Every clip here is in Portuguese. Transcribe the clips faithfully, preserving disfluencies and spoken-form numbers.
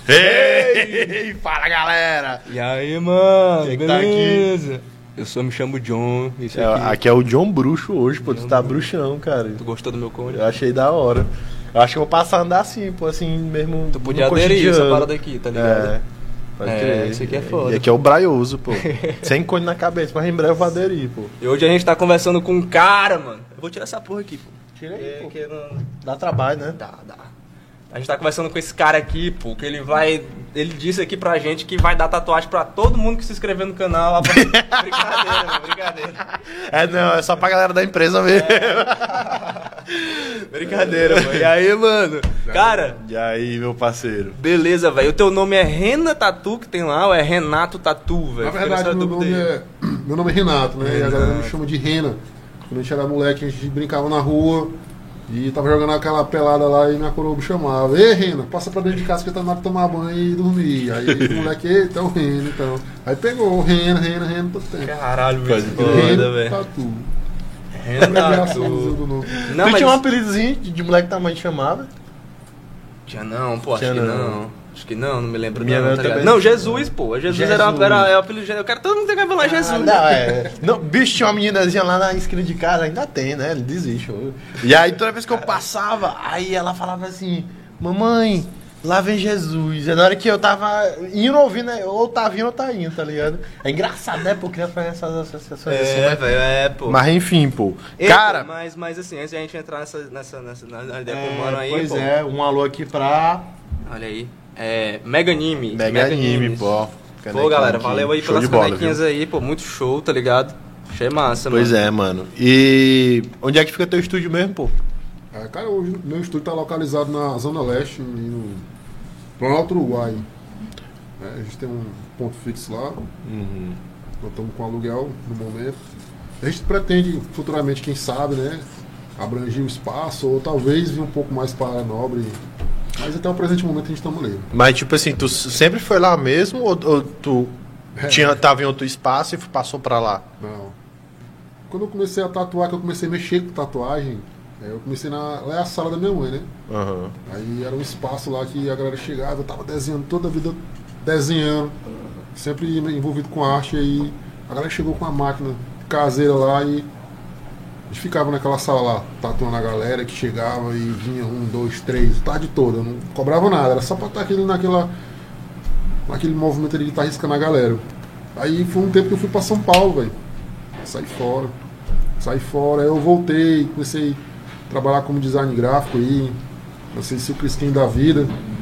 Ei, fala galera! E aí, mano? Quem Beleza? tá aqui? Eu só me chamo John. Isso É, aqui. aqui é o John Bruxo hoje, pô. John Tu tá Bruxo. bruxão, cara. Tu gostou do meu cone? Eu achei da hora. Eu acho que eu vou passar a andar assim, pô, assim, mesmo. Tu podia no aderir essa cotidiano. parada aqui, tá ligado? É. Pode É, crer. isso aqui é foda. E aqui é o Braioso, pô. Sem cone na cabeça, mas em breve eu vou aderir, pô. E hoje a gente tá conversando com um cara, mano. Eu vou tirar essa porra aqui, pô. Tira aí, É, pô. que não... Dá trabalho, né? Dá, dá. A gente tá conversando com esse cara aqui, pô, que ele vai... Ele disse aqui pra gente que vai dar tatuagem pra todo mundo que se inscrever no canal. Brincadeira, mano, brincadeira. É, não, é só pra galera da empresa mesmo. Brincadeira, mano. E aí, mano? Cara... E aí, meu parceiro? Beleza, velho. O teu nome é Rena Tatu que tem lá ou é Renato Tatu, velho? Na verdade, meu nome, é, meu nome é Renato, né? Renato. E a galera me chama de Rena. Quando a gente era moleque, a gente brincava na rua e tava jogando aquela pelada lá e minha coroa me chamava. Ei, Rena, passa pra dentro de casa que tá na hora de tomar banho e dormir. Aí o moleque, eita, o Rena, então. Aí pegou, Rena, Rena, Rena, todo tempo. Caralho, Pode velho. crer. Foda, velho. Tatu. Rena Abreviação Tatu. do nome. Não, tu mas... tinha um apelidozinho de, de moleque que tua mãe te chamava? Tinha não, pô, acho Tinha que não. não. Acho que não, não me lembro Minha não, mãe tá ligado? também Não, não. Jesus, pô. Jesus, Jesus. era, era, era o apelido de Jesus. Eu quero todo mundo ter que falar Jesus. Ah, não, é. Não, bicho, tinha uma meninazinha lá na esquina de casa, ainda tem, né? Ele desiste. Ô. E aí, toda vez que eu passava, aí ela falava assim: mamãe, lá vem Jesus. E na hora que eu tava indo ouvindo, né? Ou tá vindo ou tá indo, tá ligado? É engraçado, né? Porque criança faz essas associações assim, É, né? velho, é, pô. Mas enfim, pô. Ei, Cara. pô, mas, mas assim, antes de a gente entrar nessa, nessa, nessa na, na ideia é, com o mano aí, pois pô. é, um alô aqui pra. Olha aí. É, Mega Anime. Mega Anime, Animes. pô. Pô, galera, valeu aí Show pelas de bola, canequinhas viu? aí, pô. Muito show, tá ligado? Achei massa, Pois mano. é, mano. E onde é que fica teu estúdio mesmo, pô? É, cara, hoje meu estúdio tá localizado na Zona Leste, no Planalto Uruguai. É, a gente tem um ponto fixo lá. Uhum. Nós estamos com aluguel no momento. A gente pretende futuramente, quem sabe, né, abranger o espaço ou talvez vir um pouco mais para a área nobre. Mas até o presente momento a gente está livre. Mas, tipo assim, tu sempre foi lá mesmo ou, ou tu É. tinha, tava em outro espaço e passou pra lá? Não. Quando eu comecei a tatuar, que eu comecei a mexer com tatuagem, é, eu comecei na. Lá é a sala da minha mãe, né? Aham. Aí era um espaço lá que a galera chegava, eu tava desenhando toda a vida, desenhando, sempre envolvido com arte. Aí a galera chegou com a máquina caseira lá e a gente ficava naquela sala lá, tatuando a galera que chegava e vinha um, dois, três, a tarde toda, eu não cobrava nada, era só pra estar aquele, naquela, naquele movimento ali de estar riscando a galera. Aí foi um tempo que eu fui pra São Paulo, velho, saí fora, saí fora, aí eu voltei, comecei a trabalhar como design gráfico aí, não sei se o Cristinho da vida,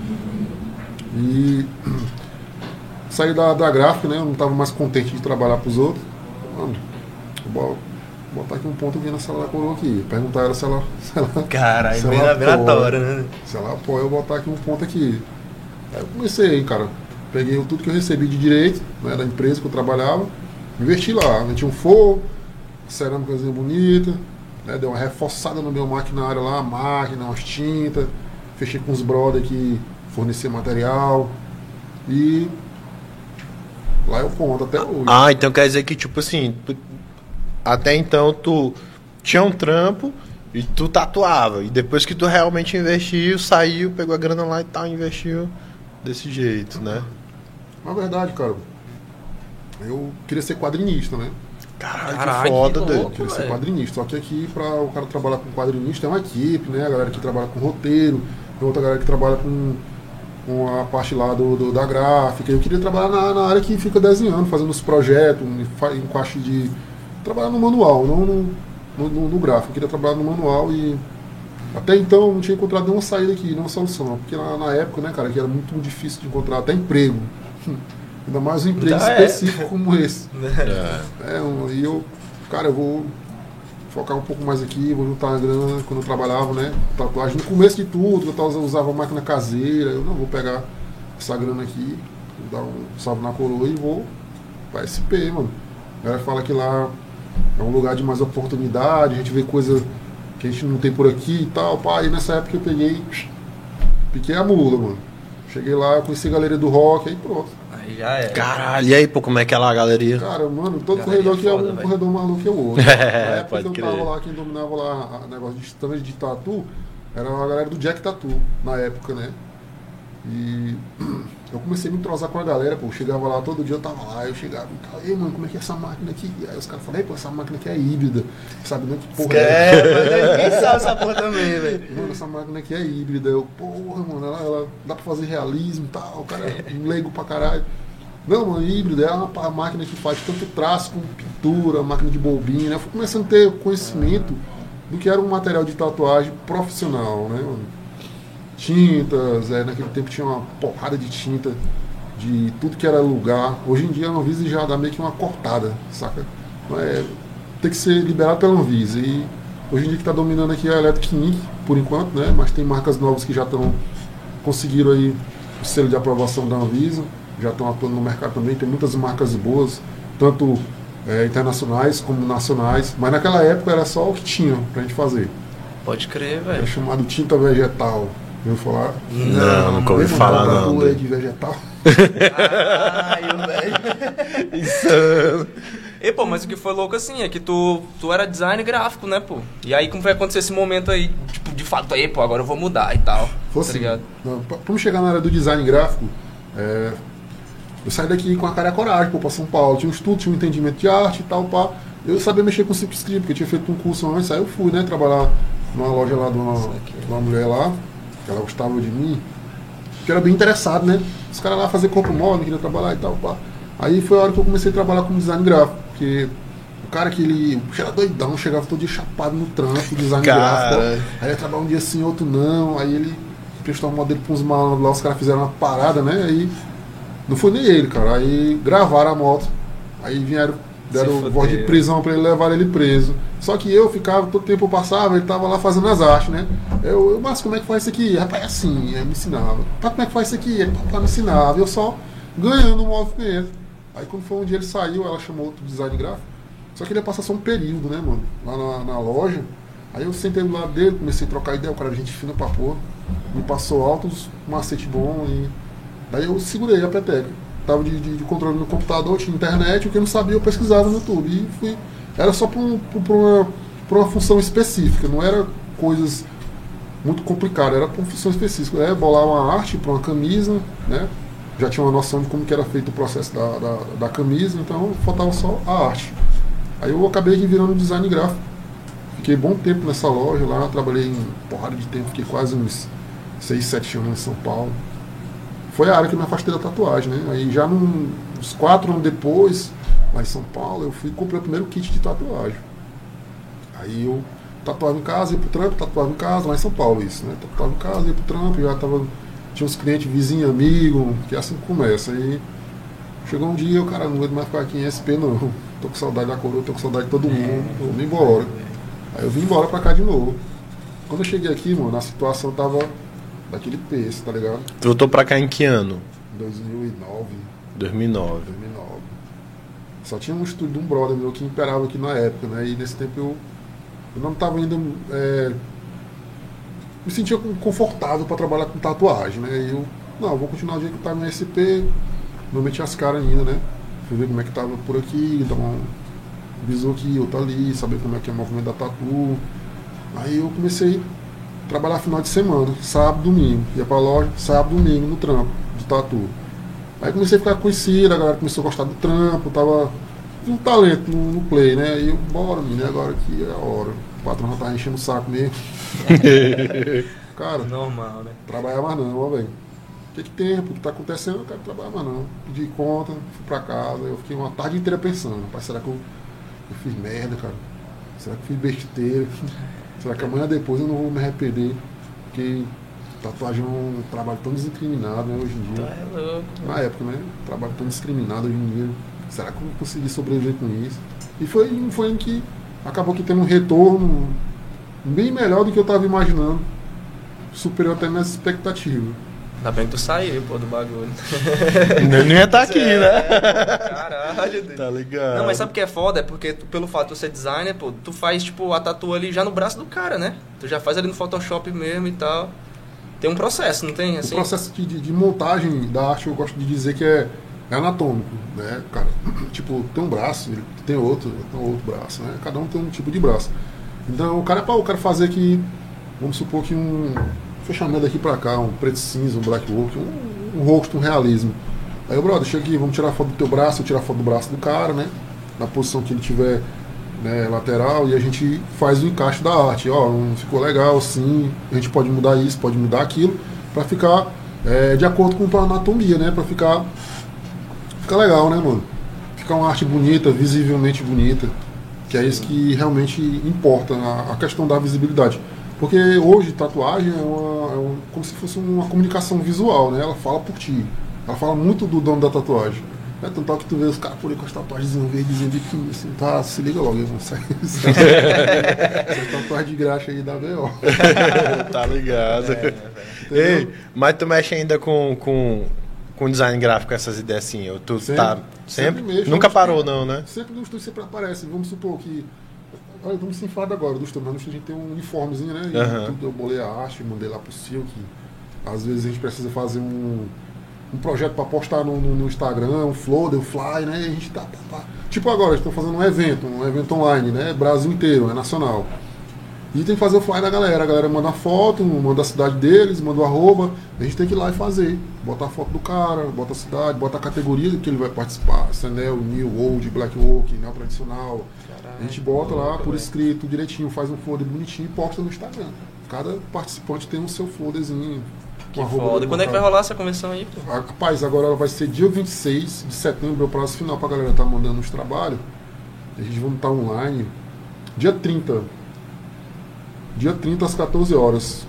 e saí da, da gráfica, né, eu não tava mais contente de trabalhar pros outros, mano, vou botar aqui um ponto aqui na sala da coroa aqui. Perguntar ela se ela. Se ela Caralho, se bem ela na, bem na apoia. tora, né? Se ela apoia, eu botar aqui um ponto aqui. Aí eu comecei, cara. Peguei tudo que eu recebi de direito, né, da empresa que eu trabalhava, investi lá. Meti um fogo, cerâmicazinha bonita, né, dei uma reforçada no meu maquinário lá, máquina, umas tintas, fechei com os brother que fornecia material. E lá eu conto até hoje. Ah, então quer dizer que, tipo assim, tu- até então tu tinha um trampo e tu tatuava. E depois que tu realmente investiu, saiu, pegou a grana lá e tal, investiu desse jeito, né? Na verdade, cara, eu queria ser quadrinista, né? Caralho, Caralho, que foda, que doido. louco. Queria ser velho. quadrinista. Só que aqui, para o cara trabalhar com quadrinista, é uma equipe, né? A galera que trabalha com roteiro, tem outra galera que trabalha com, com a parte lá do, do- da gráfica. Eu queria trabalhar na, na área que fica desenhando, fazendo os projetos, em fa- em parte de. Trabalhar no manual, não no, no, no- no gráfico. Eu queria trabalhar no manual e. Até então eu não tinha encontrado nenhuma saída aqui, nenhuma solução. Porque na, na época, né, cara, que era muito difícil de encontrar até emprego. Ainda mais um emprego Ah, é. específico como esse. É. É, um- e eu, cara, eu vou focar um pouco mais aqui, vou juntar a grana quando eu trabalhava, né? Tatuagem no começo de tudo, eu tava- usava máquina caseira, eu não vou pegar essa grana aqui, vou dar um salve na coroa e vou pra S P, mano. A galera fala que lá é um lugar de mais oportunidade, a gente vê coisa que a gente não tem por aqui e tal, pá, e nessa época eu peguei, piquei a mula, mano. Cheguei lá, conheci a galera do rock, aí pronto. Aí já é. Caralho, e aí, pô, como é que é lá a galeria? Cara, mano, todo Galeria corredor aqui é foda, um velho. corredor maluco que é o outro. É, Na época pode que eu crer. tava lá, quem dominava lá a negócio de, também de tatu, era a galera do Jack Tatu, na época, né? E eu comecei a me entrosar com a galera, pô. Eu chegava lá, todo dia eu tava lá, eu chegava e tal, ei, mano, como é que é essa máquina aqui? E aí os caras falaram, ei, pô, essa máquina aqui é híbrida. Sabe, né? Que porra é essa? É, mas ninguém sabe essa porra também, velho. Mano, essa máquina aqui é híbrida. Eu, porra, mano, ela, ela dá pra fazer realismo e tal. O cara é leigo pra caralho. Não, mano, híbrida é uma, uma máquina que faz tanto traço como pintura, máquina de bobina. Eu fui começando a ter conhecimento do que era um material de tatuagem profissional, né, mano? Tintas, é, naquele tempo tinha uma porrada de tinta de tudo que era lugar. Hoje em dia a Anvisa já dá meio que uma cortada, saca? É, tem que ser liberado pela Anvisa. E hoje em dia que está dominando aqui é a Electric Ink, por enquanto, né? Mas tem marcas novas que já estão conseguiram aí o selo de aprovação da Anvisa, já estão atuando no mercado também. Tem muitas marcas boas, tanto é, internacionais como nacionais. Mas naquela época era só o que tinha pra gente fazer. Pode crer, Era velho. chamado tinta vegetal. Ouviu falar? Não, nunca ouvi Mesmo falar, tatu não. é de vegetal. Caralho, velho. Insano. E, pô, mas o que foi louco assim é que tu, tu era design gráfico, né, pô? E aí como vai acontecer esse momento aí, tipo, de fato, aí, pô, agora eu vou mudar e tal. Foi tá assim, ligado? não, pra, pra me chegar na área do design gráfico, é, eu saí daqui com a cara e a coragem, pô, pra São Paulo. Tinha um estudo, tinha um entendimento de arte e tal, pá. Eu sabia mexer com Simple Script, porque eu tinha feito um curso antes, aí eu fui, né, trabalhar numa loja lá de uma, de uma mulher lá, que ela gostava de mim, que era bem interessado, né? Os caras lá fazer corpo moda, queria trabalhar e tal, pá. Aí foi a hora que eu comecei a trabalhar como design gráfico, porque o cara que ele era doidão, chegava todo dia chapado no trampo, design Cara. gráfico, ó. Aí ia trabalhar um dia sim, outro não, aí ele prestou um modelo pra uns malandros lá, os caras fizeram uma parada, né? Aí não foi nem ele, cara, aí gravaram a moto, aí vieram, deram voz de prisão pra ele, levar ele preso. Só que eu ficava, todo tempo eu passava, ele tava lá fazendo as artes, né? Eu, eu mas como é que faz isso aqui? Rapaz, é assim, ele me ensinava. Rapaz, como é que faz isso aqui? Ele me ensinava, eu só ganhando o movimento. Aí quando foi um dia ele saiu, ela chamou outro design gráfico, só que ele ia passar só um período, né, mano? Lá na, na loja. Aí eu sentei do lado dele, comecei a trocar ideia, o cara de gente fina pra porra, me passou altos, macete bom, e daí eu segurei a peteca. Tava de, de, de controle no computador, tinha internet, o que eu não sabia eu pesquisava no YouTube. E fui, era só pra, um, pra, uma, pra uma função específica, não era coisas muito complicadas, era pra uma função específica. É bolar uma arte pra uma camisa, né? Já tinha uma noção de como que era feito o processo da, da, da camisa, então faltava só a arte. Aí eu acabei aqui virando design gráfico. Fiquei bom tempo nessa loja lá, trabalhei em porrada de tempo, fiquei quase uns seis, sete anos em São Paulo. Foi a área que eu me afastei da tatuagem, né? Aí já num, uns quatro anos depois, lá em São Paulo, eu fui e comprei o primeiro kit de tatuagem. Aí eu tatuava em casa, ia pro trampo, tatuava em casa, lá em São Paulo isso, né? Tatuava em casa, ia pro trampo, já tava, tinha uns clientes vizinhos, amigos, que é assim que começa. Aí chegou um dia, o cara não aguento mais ficar aqui em S P não, tô com saudade da coroa, tô com saudade de todo mundo, eu vim embora. Aí eu vim embora pra cá de novo. Quando eu cheguei aqui, mano, a situação tava daquele peso, tá ligado? Tu voltou pra cá em que ano? dois mil e nove. dois mil e nove. dois mil e nove. Só tinha um estúdio de um brother meu que imperava aqui na época, né? E nesse tempo eu, eu não estava ainda. É, me sentia confortável para trabalhar com tatuagem, né? E eu, não, eu vou continuar do jeito que eu estava no S P, não meti as caras ainda, né? Fui ver como é que tava por aqui, dar um bisu aqui, outro ali, saber como é que é o movimento da tatu. Aí eu comecei a trabalhar final de semana, sábado, domingo. Ia pra loja, sábado, domingo, no trampo de tatu. Aí comecei a ficar conhecido, a galera começou a gostar do trampo, tava um talento no, no play, né? Aí eu, bora, menino, agora aqui é a hora. O patrão já tava enchendo o saco mesmo. Cara, Normal, né? trabalhar mais não, ó, velho. O que que tem? O que tá acontecendo? Eu quero trabalhar mais não. Pedi conta, fui pra casa, eu fiquei uma tarde inteira pensando, rapaz, será que eu, eu fiz merda, cara? Será que eu fiz besteira? Será que amanhã depois eu não vou me arrepender? Porque tatuagem é um trabalho tão discriminado, né, hoje em dia. Tá é louco. Na época, né? Trabalho tão discriminado hoje em dia. Será que eu vou conseguir sobreviver com isso? E foi, foi em que acabou que tendo um retorno bem melhor do que eu estava imaginando. Superior até minhas expectativas. Ainda bem que tu saiu, pô, do bagulho. Não, não ia estar aqui, É, né? Caralho, Deus. Tá ligado. Não, mas sabe o que é foda? É porque tu, pelo fato de tu ser designer, pô, tu faz, tipo, a tatu ali já no braço do cara, né? Tu já faz ali no Photoshop mesmo e tal. Tem um processo, não tem? Assim? O processo de, de, de montagem da arte, eu gosto de dizer que é, é anatômico, né, cara? Tipo, tem um braço, ele tem outro, tem outro braço, né? Cada um tem um tipo de braço. Então, o cara é para o cara fazer que, vamos supor que um, fechamento daqui pra cá, um preto cinza, um black work, um, um rosto, um realismo. Aí, brother, chega aqui, vamos tirar foto do teu braço, eu tirar foto do braço do cara, né? Na posição que ele tiver, né, lateral, e a gente faz o encaixe da arte. Ó, não ficou legal, sim, a gente pode mudar isso, pode mudar aquilo, pra ficar é, de acordo com a anatomia, né? Pra ficar, ficar legal, né, mano? Ficar uma arte bonita, visivelmente bonita, que é isso que realmente importa, a, a questão da visibilidade. Porque hoje tatuagem é, uma, é um, como se fosse uma comunicação visual, né? Ela fala por ti. Ela fala muito do dono da tatuagem. É tanto tal que tu vê os caras por aí com as tatuagens verdezinhas de biquinho, assim, tá, se liga logo, eles vão sair. Essas tatuagens de graxa aí da B O. Tá ligado. É, Ei, mas tu mexe ainda com, com, com design gráfico, essas ideias assim? Eu, tu Sempre, tá sempre? sempre mexo, Nunca no parou estúdio. não, né? Sempre no estúdio sempre aparece. Vamos supor que. Olha, vamos se enfadar agora do estúdio, mas no estúdio a gente tem um uniformezinho, né? E Aham. tudo, eu bolei a arte, mandei lá pro Sil, que às vezes a gente precisa fazer um. um projeto para postar no, no, no Instagram, um floater, um fly, né? E a gente tá, tá, tá. Tipo agora, a gente tá fazendo um evento, um evento online, né? Brasil inteiro, é nacional. E tem que fazer o fly da galera. A galera manda a foto, manda a cidade deles, manda o arroba. A gente tem que ir lá e fazer. Bota a foto do cara, bota a cidade, bota a categoria que ele vai participar. Senel, New, Old, Black Work, Neo Tradicional. Caralho, A gente bota lá louco, por velho. escrito, direitinho, faz um folder bonitinho e posta no Instagram. Cada participante tem o seu folderzinho. Que com arroba foda. E dele quando é que vai marcado. rolar essa convenção aí, pô? Rapaz, agora ela vai ser dia vinte e seis de setembro, é o prazo final pra galera tá mandando os trabalhos. A gente vai estar online. Dia trinta. Dia trinta às quatorze horas.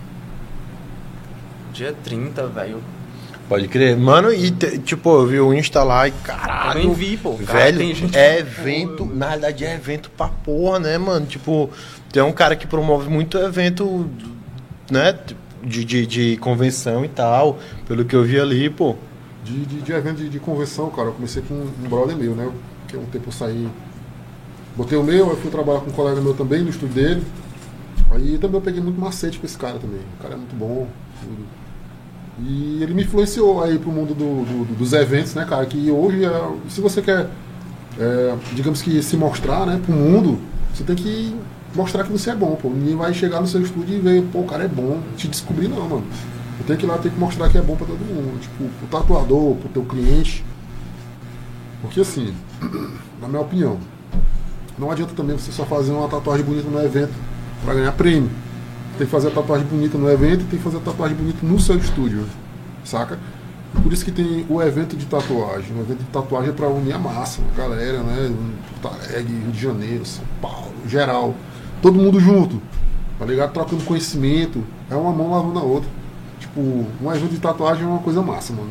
Dia trinta, velho. Pode crer. Mano, e te- tipo, eu vi o Insta lá e Eu caralho. nem vi, pô. Cara, Velho, tem gente é pra evento, porra, na realidade é evento pra porra, né, mano? Tipo, tem um cara que promove muito evento, né, de, de, de convenção e tal, pelo que eu vi ali, pô. De, de, de evento de, de convenção, cara, eu comecei com um brother meu, né? Que um tempo eu saí. Botei o meu, aí fui trabalhar com um colega meu também, no estúdio dele. Aí também eu peguei muito macete com esse cara também. O cara é muito bom, tudo. E ele me influenciou aí pro mundo do, do- dos eventos, né, cara? Que hoje, é, se você quer, é, digamos que, se mostrar, né, pro mundo, você tem que mostrar que você é bom, pô. Ninguém vai chegar no seu estúdio e ver, pô, o cara é bom, te descobrir não, mano. Eu tenho que ir lá, tem que mostrar que é bom pra todo mundo. Tipo, pro tatuador, pro teu cliente. Porque assim, na minha opinião, não adianta também você só fazer uma tatuagem bonita no evento pra ganhar prêmio. Tem que fazer a tatuagem bonita no evento e tem que fazer a tatuagem bonita no seu estúdio, saca? E por isso que tem o evento de tatuagem. O evento de tatuagem é pra unir a massa, a galera, né? Porto Alegre, Rio de Janeiro, São Paulo, geral. Todo mundo junto, tá ligado? Trocando conhecimento. É uma mão lavando a outra. Tipo, um evento de tatuagem é uma coisa massa, mano.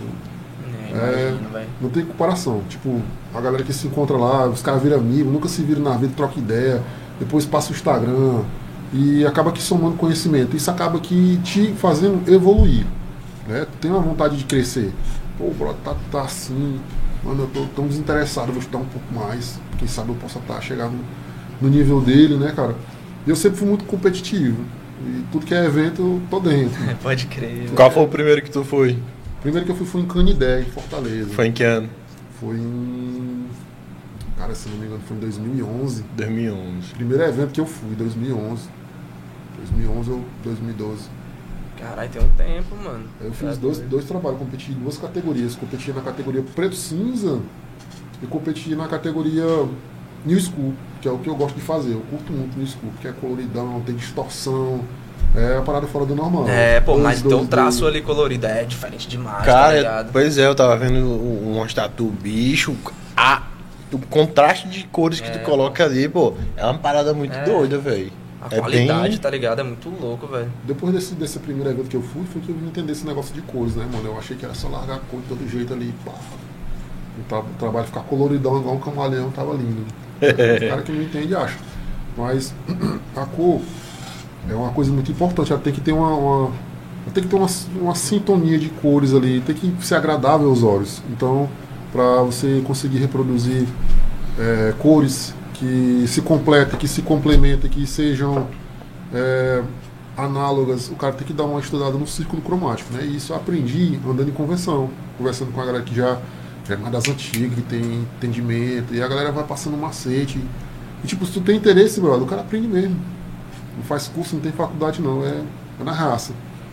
É, imagino, velho. Não tem comparação. Tipo, a galera que se encontra lá, os caras viram amigos, nunca se viram na vida, troca ideia, depois passa o Instagram e acaba que somando conhecimento. Isso acaba que te fazendo evoluir, né? Tu tem uma vontade de crescer. Pô, o brother tá, tá assim, mano, eu tô tão desinteressado, vou estudar um pouco mais. Quem sabe eu possa estar chegar no, no nível dele, né, cara? Eu sempre fui muito competitivo. E tudo que é evento, eu tô dentro. Pode crer. Qual foi o primeiro que tu foi? Primeiro que eu fui foi em Canidé, em Fortaleza. Foi em que ano? Foi em. Cara, se não me engano, foi em dois mil e onze. dois mil e onze. Primeiro evento que eu fui, dois mil e onze. dois mil e onze ou dois mil e doze. Caralho, tem um tempo, mano. Eu Tá fiz dois, doido. dois trabalhos, competi em duas categorias. Competi na categoria preto cinza e competi na categoria New School, que é o que eu gosto de fazer. Eu curto muito New School, porque é coloridão, tem distorção, é a parada fora do normal. É, pô, Dois, mas dois, teu traço dois. ali colorido é diferente demais, tá Cara, ligado? pois é, eu tava vendo um, um tatu bicho, a, o contraste de cores que É, tu coloca ali, pô, é uma parada muito É. doida, velho. A É qualidade, bem- tá ligado? É muito louco, velho. Depois desse, desse primeiro evento que eu fui, foi que eu vim entender esse negócio de cores, né, mano? Eu achei que era só largar a cor de todo jeito ali, pá. O, tra o trabalho ficar coloridão igual um camaleão, tava lindo. O cara que não entende acha. Mas a cor é uma coisa muito importante, ela tem que ter uma, uma ela tem que ter uma, uma sintonia de cores ali, tem que ser agradável aos olhos. Então, para você conseguir reproduzir é, cores que se completem, que se complementem, que sejam é, análogas, o cara tem que dar uma estudada no círculo cromático, né? E isso eu aprendi andando em convenção, conversando com a galera que já, já é mais das antigas, que tem entendimento, e a galera vai passando um macete. E tipo, se tu tem interesse, brother, o cara aprende mesmo. Não faz curso, não tem faculdade não, é, é na raça.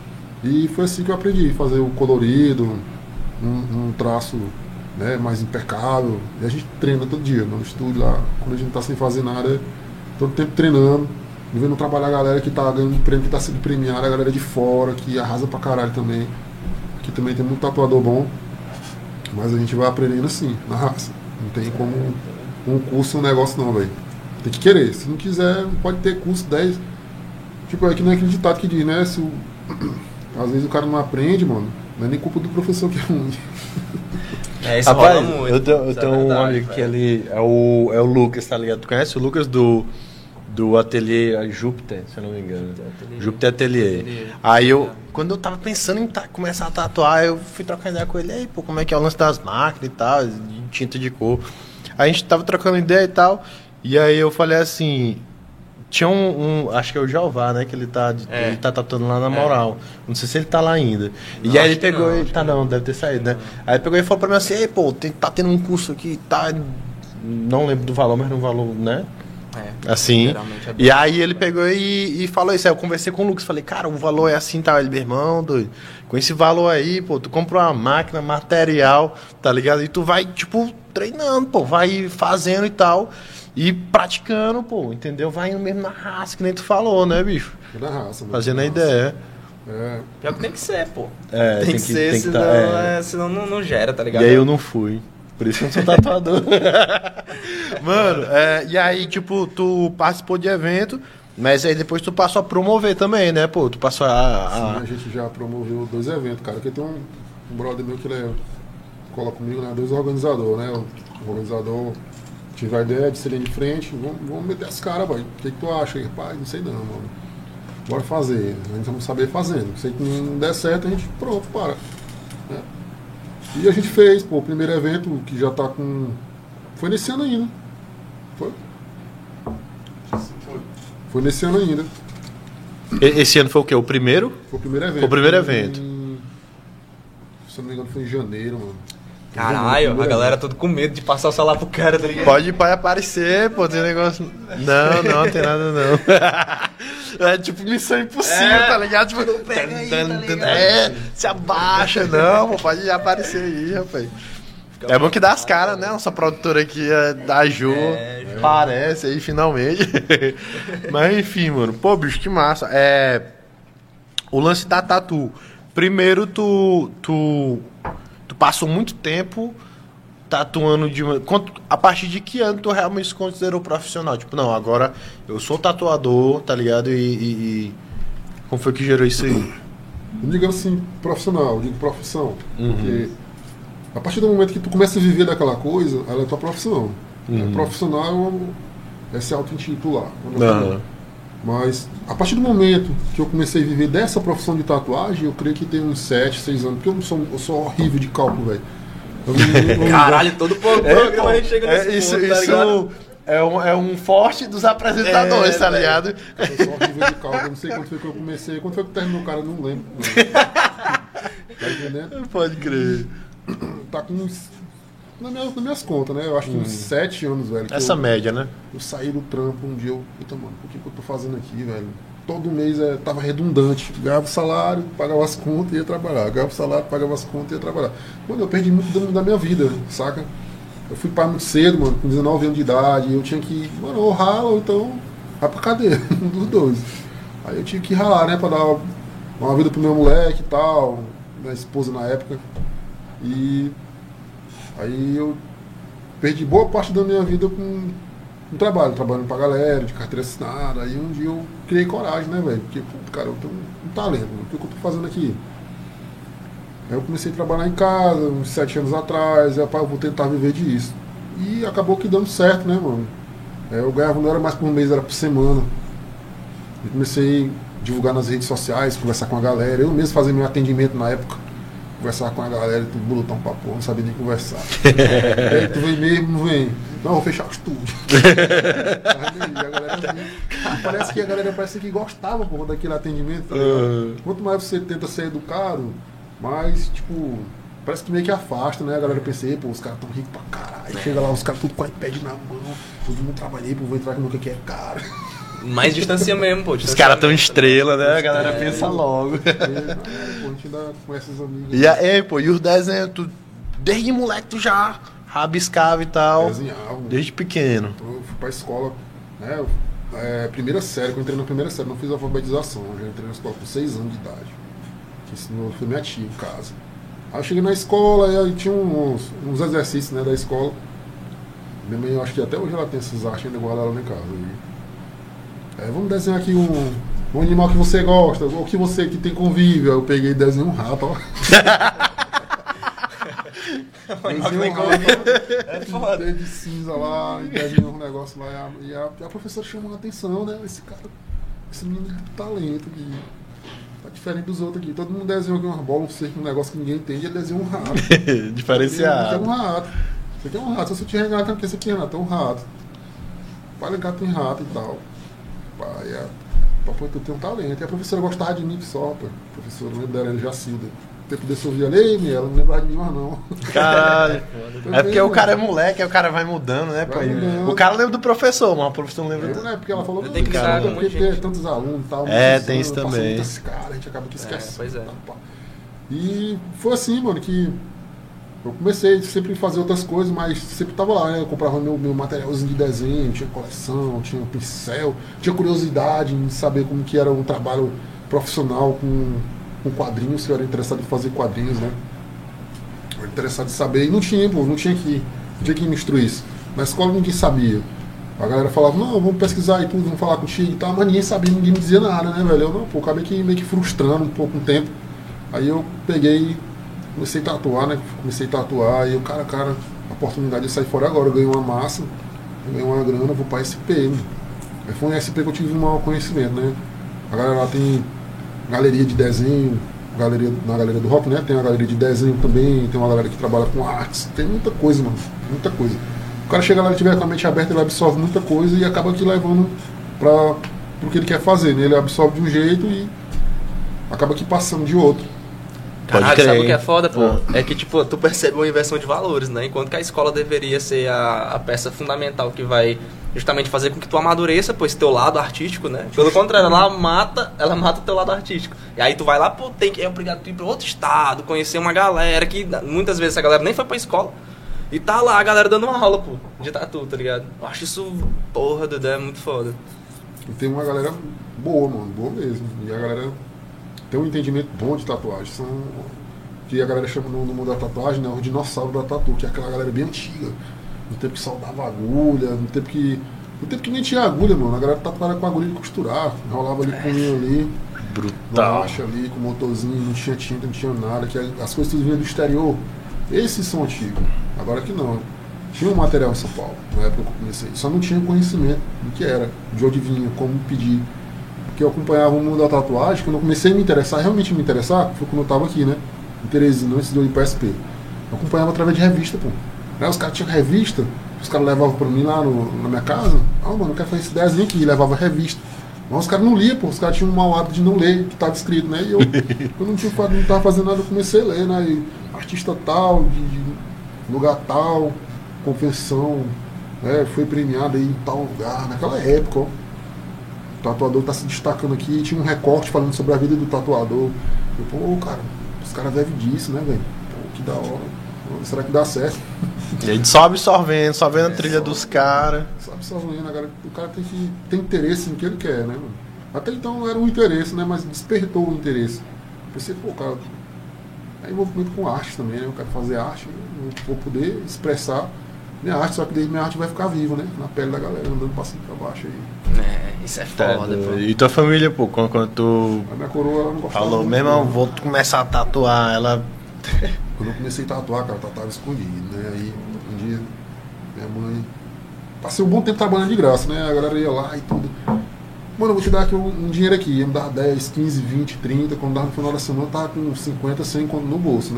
E foi assim que eu aprendi, fazer o colorido, um, um traço, né, mais impecável. E a gente treina todo dia no estúdio lá, quando a gente tá sem fazer nada, todo tempo treinando, vendo trabalhar a galera que tá ganhando prêmio, que tá sendo premiada, a galera de fora, que arrasa pra caralho também. Aqui também tem muito tatuador bom, mas a gente vai aprendendo assim, na raça. Não tem como um curso, um negócio não, velho. Tem que querer, se não quiser, pode ter curso dez. Tipo, é que não é aquele ditado que diz, né? Se o... Às vezes o cara não aprende, mano, não é nem culpa do professor que é ruim. É, isso Rapaz, rola muito. eu tenho, eu Isso é tenho um verdade, amigo que velho. ele é o, é o Lucas, tá ligado? Tu conhece o Lucas do, do ateliê Júpiter, se eu não me engano. Ateliê. Júpiter Ateliê. Ateliê. Aí eu, quando eu tava pensando em ta- começar a tatuar, eu fui trocar ideia com ele, aí, pô, como é que é o lance das máquinas e tal, de tinta de cor. Aí a gente tava trocando ideia e tal, e aí eu falei assim, tinha um, um- acho que é o Jeová, né, que ele tá, de- É. ele tá tatuando lá na Moral. Não sei se ele tá lá ainda. E Não, aí ele acho que pegou, não, e acho tá que não, deve ter saído, né? Aí ele pegou e falou pra mim assim, ei, pô, tem- tá tendo um curso aqui, tá, não lembro do valor, mas no valor, né? É, Assim, geralmente é bem e aí ele pegou e, e falou isso. Aí eu conversei com o Lucas, falei, cara, o valor é assim, tá? Ele, meu irmão, doido, com esse valor aí, pô, tu compra uma máquina, material, tá ligado? E tu vai, tipo, treinando, pô, vai fazendo e tal, e praticando, pô, entendeu? Vai indo mesmo na raça, que nem tu falou, né, bicho? Da raça, mano. Fazendo Da a raça. ideia. É, Pior que tem que ser, pô. É, tem, tem que, que- ser, tem que senão, tá- é. é, senão não, não gera, tá ligado? E aí eu não fui. Por isso que eu não sou tatuador. Mano, é, e aí, tipo, tu participou de evento, mas aí depois tu passou a promover também, né, pô? Tu passou a... sim, a- a gente já promoveu dois eventos, cara. Porque tem um, um brother meu que ele é, cola comigo, né? Dois organizadores, né? O organizador tive a ideia de ser linha de frente, vamos, vamos meter as caras, boy. O que, que tu acha? Aí, rapaz, não sei não, mano. Bora fazer. A gente vamos saber fazendo. Se não der certo, a gente, pronto, para. Né? E a gente fez, pô, o primeiro evento que já tá com. Foi nesse ano ainda. Foi? Foi nesse ano ainda. E- Esse ano foi o quê? O primeiro? Foi o primeiro evento. Foi o primeiro Foi em- evento. Se eu não me engano, foi em janeiro, mano. Caralho, a galera toda com medo de passar o celular pro cara, tá ligado? Pode, pode aparecer, pô, tem negócio... Não, não, tem nada não. É tipo missão impossível, É. tá ligado? Tipo, pega aí, tá ligado? é, se abaixa, não, pô, pode aparecer aí, rapaz. É bom que dá as caras, né? Nossa produtora aqui é da Ju, É, Ju. parece aí finalmente. Mas enfim, mano, pô, bicho, que massa. É... O lance da tatu. Primeiro, tu, tu, tu passou muito tempo tatuando de uma... quanto- A partir de que ano tu realmente se considerou profissional? Tipo, não, agora eu sou tatuador, tá ligado? E, e- e- como foi que gerou isso aí? Não digo assim profissional, eu digo profissão. Porque a partir do momento que tu começa a viver daquela coisa, ela é tua profissão. É, profissional é se auto-intitular. Aham. Mas a partir do momento que eu comecei a viver dessa profissão de tatuagem, eu creio que tem uns sete, seis anos, porque eu não sou, eu sou horrível de cálculo, velho. Eu não- eu não- Caralho, todo pro- programa a gente chega nesse É, isso ponto, tá ligado? isso é, um, é um forte dos apresentadores, É, tá velho. ligado? Eu sou horrível de cálculo, eu não sei quando foi que eu comecei. Quando foi que terminou o cara, eu não lembro. Tá entendendo? Pode crer. Tá com uns. Na minha, nas minhas contas, né? Eu acho que uns sete anos, velho. que Essa eu, média, né? eu saí do trampo um dia, eu, puta, mano, o que, que eu tô fazendo aqui, velho? Todo mês é, tava redundante. Ganhava o salário, pagava as contas e ia trabalhar. Ganhava o salário, pagava as contas e ia trabalhar. Mano, eu perdi muito da, da minha vida, saca? Eu fui pai muito cedo, mano, com dezenove anos de idade. Eu tinha que, mano, ou rala ou então vai pra cadeia, um dos dois. Aí eu tive que ralar, né, pra dar uma, uma vida pro meu moleque e tal, minha esposa na época. E aí eu perdi boa parte da minha vida com, com trabalho, trabalhando pra galera, de carteira assinada. Aí um dia eu criei coragem, né, velho? Porque, puto, cara, eu tenho um, um talento, mano. O que, que eu tô fazendo aqui? Aí eu comecei a trabalhar em casa, uns sete anos atrás, e rapaz, eu vou tentar viver disso. E acabou que dando certo, né, mano? É, eu ganhava, não era mais por mês, era por semana. Eu comecei a divulgar nas redes sociais, conversar com a galera. Eu mesmo fazia meu atendimento na época. Conversar com a galera, tu botar um papo, não sabia nem conversar. Aí tu vem mesmo, não vem. Não, vou fechar o estúdio. Aí, a galera assim, parece que a galera parece que gostava, porra, daquele atendimento, tá ligado? Uhum. Quanto mais você tenta ser educado, mais, tipo, parece que meio que afasta, né? A galera pensa, "Ei, pô, os caras tão ricos pra caralho. Chega lá, os caras tudo com o iPad na mão, todo mundo trabalhei, pô, vou entrar aqui no que é caro." Mais distância mesmo, pô. Os caras tão estrela, né? A galera é, pensa logo. É, pô, a gente ainda conhece os amigos. E aí, pô, e os desenhos, tu, desde moleque tu já rabiscava e tal. Desenhava. Desde pequeno. Eu fui pra escola, né? Eu, é, primeira série, quando eu entrei na primeira série, não fiz alfabetização. Eu já entrei na escola com seis anos de idade. Que ensinou, foi minha tia em casa. Aí eu cheguei na escola e aí tinha uns, uns exercícios, né, da escola. Minha mãe, eu acho que até hoje ela tem essas artes ainda guardadas lá em casa. E, é, vamos desenhar aqui um, um animal que você gosta, ou que você que tem convívio. Aí eu peguei e desenhei um rato, ó. Desenhei um rato, é foda. Dei de cinza lá, e desenhei um negócio lá. E a, e a professora chamou a atenção, né? Esse cara, esse menino tem talento aqui. Tá diferente dos outros aqui. Todo mundo desenhou aqui uma bola, um cerco, um negócio que ninguém entende, ele desenhou um rato. Diferenciado. Isso aqui é um rato. Isso aqui é um rato. Se você tiver gato, o que isso aqui é rato? É um rato. Pai, gato tem rato e tal. Pai, é. Papai, tu tem um talento. E a professora gostava de mim só, pô. A professora, não lembro dela, era Jacilda. O tempo desse eu via ali, ela não lembrava de mim mais não. Caralho. É porque o cara é moleque, aí o cara vai mudando, né, pô? O cara lembra do professor, mas o professor não lembra é, do... né? Porque ela falou, tem que cara, com porque tem tantos alunos e tal. É, anos, tem isso passou também. muitas caras, a gente acaba que esquece. É, pois é. Tá, e foi assim, mano, que eu comecei sempre a fazer outras coisas, mas sempre tava lá, né? Eu comprava meu, meu materialzinho de desenho, tinha coleção, tinha pincel, tinha curiosidade em saber como que era um trabalho profissional com, com quadrinhos, que eu era interessado em fazer quadrinhos, né? Eu era interessado em saber, e não tinha, pô, não tinha que, não tinha que me instruir isso. Na escola ninguém sabia. A galera falava, não, vamos pesquisar e tudo, vamos falar contigo e tal, mas ninguém sabia, ninguém me dizia nada, né, velho? Eu não, pô, acabei que, meio que frustrando um pouco o tempo. Aí eu peguei, comecei a tatuar, né? Comecei a tatuar e eu, cara, cara, a oportunidade de sair fora agora, eu ganhei uma massa, eu ganhei uma grana, vou pra S P. Né? Aí foi um S P que eu tive um maior conhecimento, né? A galera lá tem galeria de desenho, galeria, na galeria do rock, né? Tem a galeria de desenho também, tem uma galera que trabalha com artes, tem muita coisa, mano, muita coisa. O cara chega lá e tiver com a mente aberta, ele absorve muita coisa e acaba aqui levando para o que ele quer fazer, né? Ele absorve de um jeito e acaba aqui passando de outro. Caralho, sabe o que é foda, pô? Ah. É que, tipo, tu percebe uma inversão de valores, né? Enquanto que a escola deveria ser a, a peça fundamental que vai justamente fazer com que tu amadureça, pô, esse teu lado artístico, né? Pelo contrário, ela mata, ela mata o teu lado artístico. E aí tu vai lá, pô, tem que, é obrigado a ir pra outro estado, conhecer uma galera que muitas vezes essa galera nem foi pra escola. E tá lá a galera dando uma aula, pô, de tatu, tá ligado? Eu acho isso, porra, Dudu, é muito foda. E tem uma galera boa, mano, boa mesmo. E a galera tem um entendimento bom de tatuagem. São que a galera chama no, no mundo da tatuagem, né, o dinossauro da tatu, que é aquela galera bem antiga. No tempo que soldava agulha, no tempo que. No tempo que nem tinha agulha, mano. A galera tatuava com agulha de costurar, rolava ali com unha ali. Brutal. Borracha ali, com motorzinho, não tinha tinta, não tinha nada, que as coisas tudo vinham do exterior. Esses são antigos. Agora que não. Tinha um material em São Paulo, na época que eu comecei. Só não tinha conhecimento do que era, de onde vinha, como pedir. Porque eu acompanhava o mundo da tatuagem, quando eu comecei a me interessar, realmente me interessar, foi quando eu tava aqui, né? Em Teresina, antes de eu ir pra S P. Eu acompanhava através de revista, pô. Aí os caras tinham revista, os caras levavam pra mim lá no, na minha casa. Ah, mano, eu quero fazer esse desenho aqui, e levava revista. Mas os caras não liam, pô, os caras tinham um mau hábito de não ler o que estava escrito, né? E eu, eu não tinha não estava fazendo nada, eu comecei a ler, né? E artista tal, de, de lugar tal, convenção, né? Foi premiado aí em tal lugar, naquela época, ó. O tatuador está se destacando aqui, tinha um recorte falando sobre a vida do tatuador. Eu, pô, cara, os caras devem disso, né, velho? Pô, que da hora. Será que dá certo? E aí só absorvendo, só vendo a trilha dos caras. Só absorvendo, agora o cara tem que ter interesse no que ele quer, né, mano? Até então não era um interesse, né? Mas despertou o interesse. Pensei, pô, cara, é envolvimento com arte também, né? Eu quero fazer arte, eu vou poder expressar minha arte, só que daí minha arte vai ficar viva, né? Na pele da galera, andando pra cima e pra baixo aí. É, isso é foda, pô. E tua família, pô, quando, quando tu A minha coroa, ela não gostava falou, muito, meu irmão, né? vou começar a tatuar, ela... Quando eu comecei a tatuar, cara, eu tatuava escondido, né? Aí, um dia, minha mãe... Passei um bom tempo trabalhando de graça, né? A galera ia lá e tudo. Mano, eu vou te dar aqui um, um dinheiro aqui. Ia me dar dez, quinze, vinte, trinta. Quando dava no final da semana, eu tava com cinquenta, cem no bolso, né?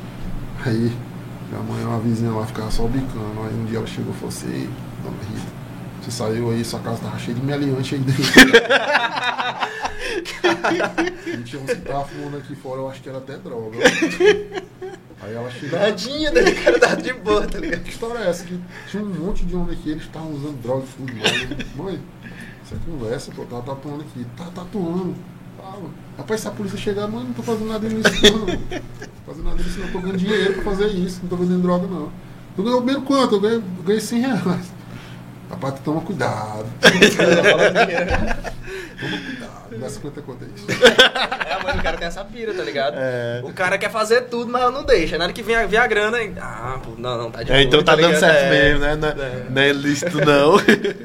Aí, minha mãe, uma vizinha lá, ficava só bicando. Aí um dia ela chegou e falou assim, ei, dona Rita, você saiu aí, sua casa tava cheia de meliante aí dentro. E tinha uns que tava fumando aqui fora, eu acho que era até droga. Aí ela chegou... Nadinha, né? O cara tava de boa, tá ligado? Que história é essa? Que tinha um monte de homem aqui, eles estavam usando droga e tudo. Mãe, essa conversa, pô, tava tatuando aqui. Tá tatuando. Ah, rapaz, se a polícia chegar, mano, não tô fazendo nada nisso não, não. Tô fazendo nada nisso não, tô ganhando dinheiro pra fazer isso, não tô vendendo droga não. Tu ganhou menos quanto? Eu ganhei, eu ganhei cem reais. Rapaz, tu toma cuidado. Toma cuidado, dá cinquenta conto aí. É, mano, o cara tem essa pira, tá ligado? É. O cara quer fazer tudo, mas não deixa. Na hora que vem a, vem a grana, aí, ah, pô, não, não, tá de boa. É, então tá, dando ligado? certo É, mesmo, né? Não é, é. não é ilícito, não.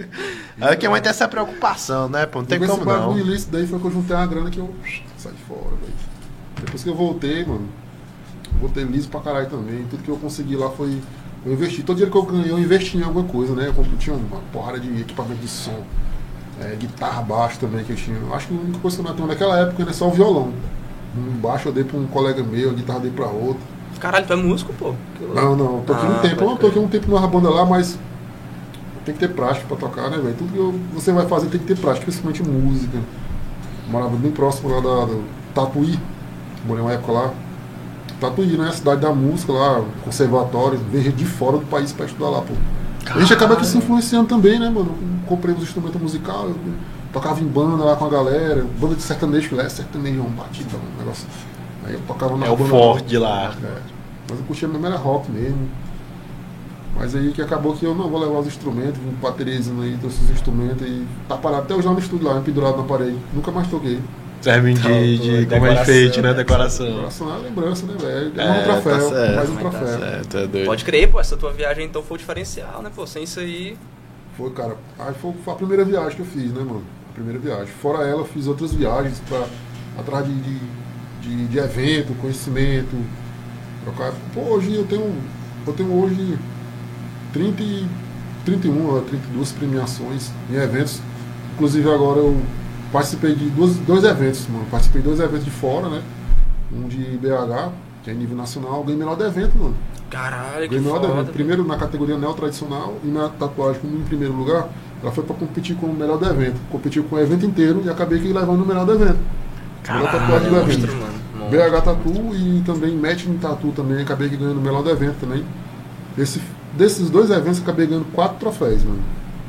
É que a mãe tem essa preocupação, né? Pô, não tem com como esse bagulho não. ilícito daí foi que eu juntei uma grana que eu saí fora, velho. Depois que eu voltei, mano, eu voltei liso pra caralho também. Tudo que eu consegui lá foi... Eu investi. Todo dinheiro que eu ganhei, eu investi em alguma coisa, né? Eu tinha uma porrada de equipamento de som. É, guitarra, baixo também que eu tinha. Acho que a única coisa que eu não tenho naquela época era só o violão. Um baixo eu dei pra um colega meu, a guitarra eu dei pra outro. Caralho, tu é músico, pô? Não, não, tô aqui Ah, um tempo. Eu não pode tô aqui um tempo numa banda lá, mas tem que ter prática pra tocar, né, velho? Tudo que eu- você vai fazer tem que ter prática, principalmente música. Eu morava bem próximo lá da, do Tatuí, morei uma época lá. Tatuí, né? A cidade da música lá, conservatório, veio gente de fora do país pra estudar lá, pô. A gente acaba aqui se influenciando também, né, mano? Eu comprei uns instrumentos musicais, eu tocava em banda lá com a galera, banda de sertanejo, que lá é sertanejo, um batidão, um negócio. Aí eu tocava na É o banda forte lá. de lá. É. Mas eu curtia mesmo, era rock mesmo. Mas aí que acabou que eu não vou levar os instrumentos, vim pra Teresina aí, trouxe os instrumentos e tá parado até hoje lá no estúdio lá, pendurado na parede. Nunca mais toquei. Servem de, de como é Decoração, enfeite, né? né? Decoração. Coração é lembrança, né, velho? É, É, um troféu, tá certo, mais um mas tá troféu. certo, é doido. Pode crer, pô, essa tua viagem então foi o diferencial, né, pô? Sem isso aí. Foi, cara. Aí foi, foi a primeira viagem que eu fiz, né, mano? A primeira viagem. Fora ela, eu fiz outras viagens pra, atrás de, de, de, de evento, conhecimento. Trocar. Pô, hoje eu tenho. Eu tenho hoje trinta, e- trinta e uma, trinta e duas premiações em eventos. Inclusive agora eu participei de dois, dois eventos, mano. Participei de dois eventos de fora, né? Um de B H, que é nível nacional, ganhei melhor do evento, mano. Caralho, que Ganhei melhor do foda. evento. Primeiro na categoria neo-tradicional e na tatuagem como em primeiro lugar. Ela foi pra competir com o melhor do evento. Competiu com o evento inteiro e acabei que levando o melhor do evento. Melhor tatuagem do Monstro, evento. mano. Monstro. B H Tatu e também Matching Tatu também, acabei que ganhando o melhor do evento também. Esse, desses dois eventos, acabei ganhando quatro troféus, mano.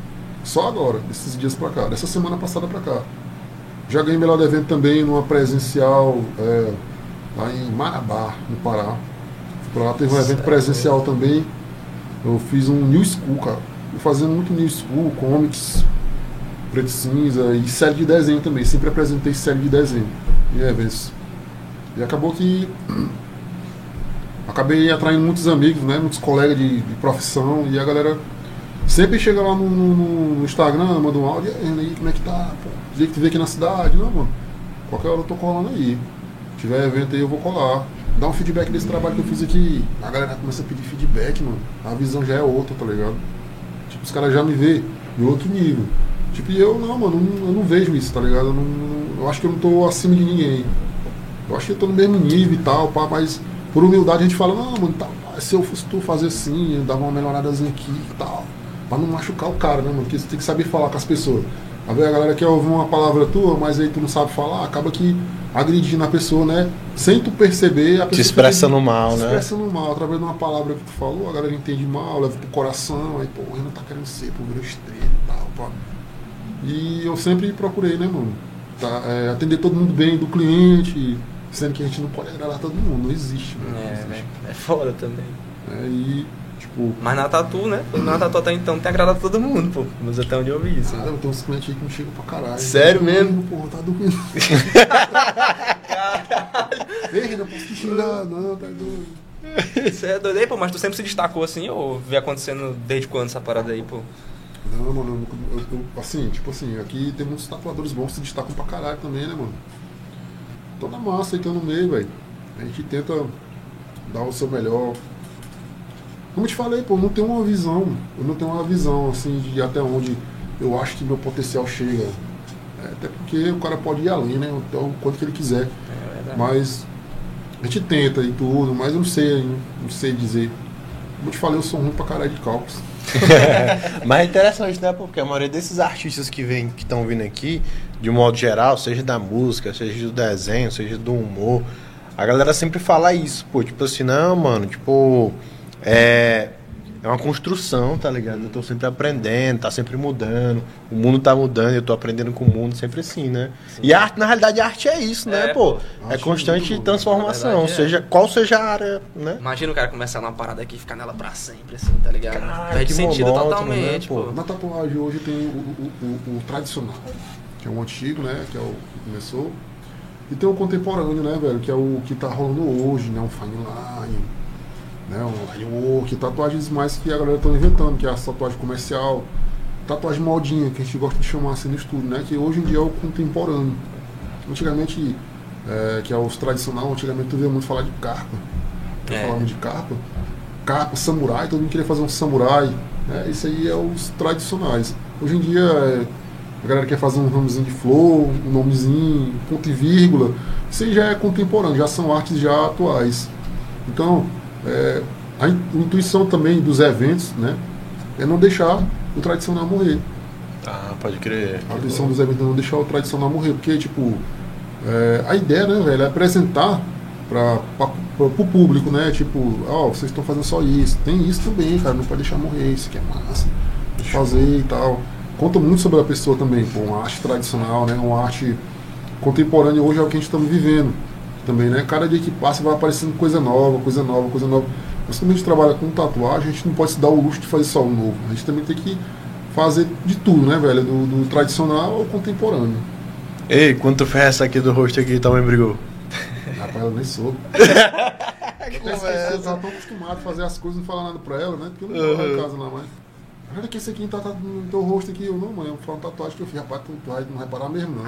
Só agora, desses dias pra cá, dessa semana passada pra cá. Já ganhei melhor do evento também numa presencial é, lá em Marabá, no Pará. Fui pra lá, teve um evento Certo. presencial também. Eu fiz um New School, cara. Eu fazia muito New School, comics, preto e cinza e série de desenho também. Sempre apresentei série de desenho em eventos. E acabou que acabei atraindo muitos amigos, né, muitos colegas de, de profissão e a galera sempre chega lá no, no- no Instagram, manda um áudio, e aí, como é que tá? Pô, dia que tu veio aqui na cidade, não, mano. Qualquer hora eu tô colando aí. Se tiver evento aí eu vou colar. Dá um feedback desse trabalho que eu fiz aqui. A galera começa a pedir feedback, mano. A visão já é outra, tá ligado? Tipo, os caras já me vê em outro nível. Tipo, e eu não, mano, eu não, eu não vejo isso, tá ligado? Eu, não, eu acho que eu não tô acima de ninguém. Eu acho que eu tô no mesmo nível e tal, pá, mas por humildade a gente fala, não, mano, tá, se eu fosse tu fazer assim, eu dava uma melhoradazinha aqui e tal. Pra não machucar o cara, né, mano? Porque você tem que saber falar com as pessoas. Às vezes a galera quer ouvir uma palavra tua, mas aí tu não sabe falar, acaba que agredindo a pessoa, né? Sem tu perceber, a pessoa Te expressando fica- mal, te né? expressando mal, através de uma palavra que tu falou, a galera entende mal, leva pro coração, aí, pô, ele não tá querendo ser, pô, virou estrela e tal, pá. E eu sempre procurei, né, mano? Tá, é, atender todo mundo bem, do cliente, sendo que a gente não pode agradar todo mundo, não existe, mano. não É, existe. né? É foda também. É, e, tipo, Mas na tatu, né? Na tatu até então tem agradado todo mundo, pô. Mas até onde eu vi isso. cara, tem uns clientes aí que não chegam pra caralho. Sério Tá mesmo? dormindo, Porra, tá dormindo. Ei, não posso te xingar, não, tá doido. Você é doido aí, pô, mas tu sempre se destacou assim ou vê acontecendo desde quando essa parada aí, pô? Não, mano, eu, eu- eu- assim, tipo assim, aqui tem muitos tatuadores bons que se destacam pra caralho também, né, mano? Toda massa aí que eu no meio, velho. A gente tenta dar o seu melhor. Como eu te falei, pô, eu não tenho uma visão, eu não tenho uma visão, assim, de até onde eu acho que meu potencial chega. É, até porque o cara pode ir além, né? Até o quanto que ele quiser. É verdade. Mas a gente tenta e tudo, mas eu não sei, não sei dizer. Como eu te falei, eu sou ruim pra caralho de cálculos. Mas é interessante, né? Porque a maioria desses artistas que vem, que estão vindo aqui, de um modo geral, seja da música, seja do desenho, seja do humor, a galera sempre fala isso, pô, tipo assim, não, mano, tipo, é, é uma construção, tá ligado? Eu tô sempre aprendendo, tá sempre mudando, o mundo tá mudando, eu tô aprendendo com o mundo, sempre assim, né? Sim. E a arte, na realidade, a arte é isso, né, é, pô? pô. É constante transformação, verdade, seja, é. qual seja a área, né? Imagina o cara começar numa parada aqui e ficar nela pra sempre, assim, tá ligado? Cara, perde sentido monótono, totalmente, né, pô. pô. Na tatuagem hoje tem o, o, o, o tradicional, que é o antigo, né, que é o que começou. E tem o contemporâneo, né, velho, que é o que tá rolando hoje, né, um fine line, né, um rework, tatuagens mais que a galera tá inventando, que é a tatuagem comercial, tatuagem modinha, que a gente gosta de chamar assim no estúdio, né, que hoje em dia é o contemporâneo. Antigamente, é, que é os tradicional, antigamente tu via muito falar de carpa, tu é. falava de carpa, carpa, samurai, todo mundo queria fazer um samurai, né, isso aí é os tradicionais. Hoje em dia, é, a galera quer fazer um nomezinho de flor, um nomezinho, ponto e vírgula. Isso aí já é contemporâneo, já são artes já atuais. Então, é, a intuição também dos eventos, né, é não deixar o tradicional morrer. Ah, pode crer. A intuição dos eventos é não deixar o tradicional morrer, porque, tipo, é, a ideia, né, velho, é apresentar para o público, né, tipo, ó, oh, vocês estão fazendo só isso. Tem isso também, cara, não pode deixar morrer, isso aqui é massa, fazer e tal. Conta muito sobre a pessoa também, pô, uma arte tradicional, né, uma arte contemporânea hoje é o que a gente estamos vivendo também, né, cada dia que passa vai aparecendo coisa nova, coisa nova, coisa nova. Mas quando a gente trabalha com tatuagem, a gente não pode se dar o luxo de fazer só o novo, a gente também tem que fazer de tudo, né, velho, do, do tradicional ao contemporâneo. Ei, quando tu fez essa aqui do rosto aqui, também brigou? Rapaz, eu nem soube. Eu tava tão acostumado a fazer as coisas e não falar nada pra ela, né, porque eu não tava uhum. em casa lá mais. Olha que esse aqui tá, tá no teu rosto aqui. Eu não, mãe, eu falo uma tatuagem que eu fiz. Rapaz, tu vai não vai parar mesmo, não.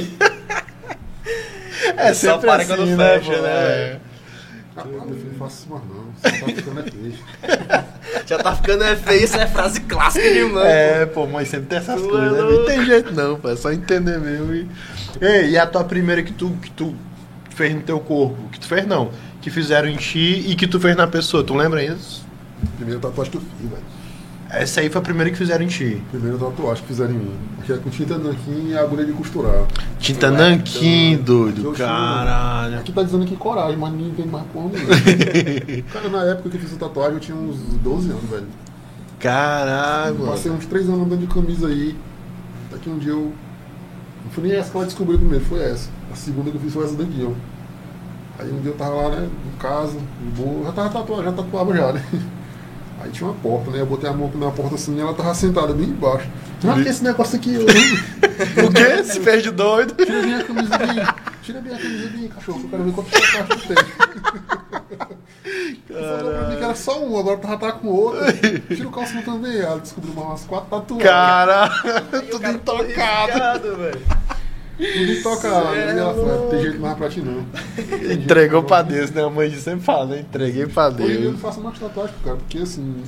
É, só para assim, quando né, fecha, né? É. Rapaz, meu filho, não faço isso mais não. Só tá ficando é feio. Já tá ficando é feio, isso é frase clássica de mãe. É, pô, mãe sempre tem essas tu coisas. É não tem jeito não, pô. É só entender mesmo. E... Ei, e a tua primeira que tu, que tu fez no teu corpo? Que tu fez não. Que fizeram em ti e que tu fez na pessoa. Tu lembra isso? Primeira tatuagem que eu fiz, velho. Essa aí foi a primeira que fizeram em ti. Primeira tatuagem que fizeram em mim. Que é com tinta nanquim e agulha de costurar. Tinta nanquim, doido. Caralho. Aqui tá dizendo que coragem, mas ninguém tem mais porra nenhuma. Cara, na época que eu fiz a tatuagem eu tinha uns doze anos, velho. Caralho, mano. Passei uns três anos andando de camisa aí. Até que um dia eu... Não foi nem essa que ela descobriu primeiro, foi essa. A segunda que eu fiz foi essa daqui, ó. Aí um dia eu tava lá, né, em casa, de boa. Já tava tatuado, já tatuava já, né? Aí tinha uma porta, né? Eu botei a mão na porta assim e ela tava sentada bem embaixo. Ah, que esse negócio aqui? Eu... O quê? Se fez de doido? Tira bem a camisa bem. Tira bem a camisa bem, cachorro. Eu quero ver quanto tatuagem tu tem. Ela falou pra mim que era só um, agora tava tá com outro. Tira o calção também. Ela descobriu umas quatro tatuagens. Cara, tudo intocado. velho. Tudo intocado. E ela falou, tem jeito mais pra ti não. Entregou pra Deus, né? A mãe sempre fala, né? Entreguei pra Deus. Hoje eu não faço mais tatuagem, cara, porque assim...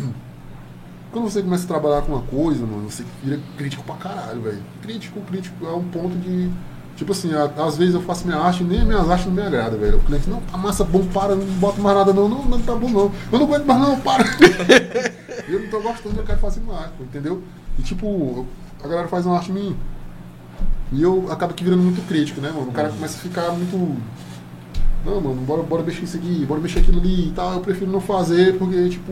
Quando você começa a trabalhar com uma coisa, mano, você vira crítico pra caralho, velho. Crítico, crítico é um ponto de... Tipo assim, a, às vezes eu faço minha arte e nem minhas artes não me agradam, velho. O cliente, não, tá massa, bom, para, não boto mais nada não. Não, não tá bom não. Eu não aguento mais não, para. Eu não tô gostando, eu quero fazer uma arte, entendeu? E tipo, a galera faz uma arte minha. E eu acabo que virando muito crítico, né, mano? O cara começa a ficar muito... Não, mano, bora, bora mexer isso aqui, bora mexer aquilo ali e tal. Eu prefiro não fazer porque, tipo...